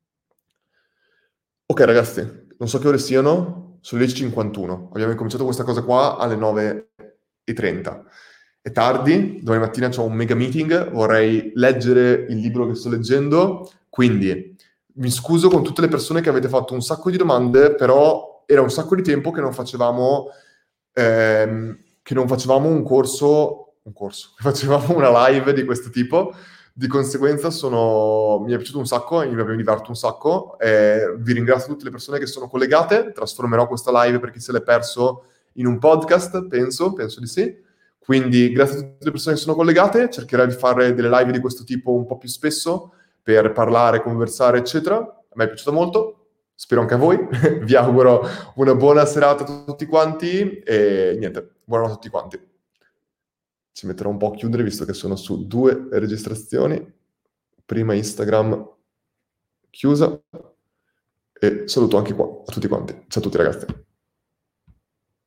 S1: Ok ragazzi, non so che ore siano, sono le dieci e cinquantuno, abbiamo incominciato questa cosa qua alle nove e trenta. È tardi, domani mattina ho un mega meeting, vorrei leggere il libro che sto leggendo, quindi mi scuso con tutte le persone che avete fatto un sacco di domande, però era un sacco di tempo che non facevamo, ehm, che non facevamo un corso, un corso, facevamo una live di questo tipo, di conseguenza sono, mi è piaciuto un sacco, mi mi diverto un sacco, e vi ringrazio tutte le persone che sono collegate, trasformerò questa live per chi se l'è perso in un podcast, penso, penso di sì. Quindi grazie a tutte le persone che sono collegate, cercherò di fare delle live di questo tipo un po' più spesso per parlare, conversare, eccetera. A me è piaciuto molto, spero anche a voi. Vi auguro una buona serata a tutti quanti e niente, buonanotte a tutti quanti. Ci metterò un po' a chiudere visto che sono su due registrazioni. Prima Instagram chiusa e saluto anche qua a tutti quanti. Ciao a tutti ragazzi.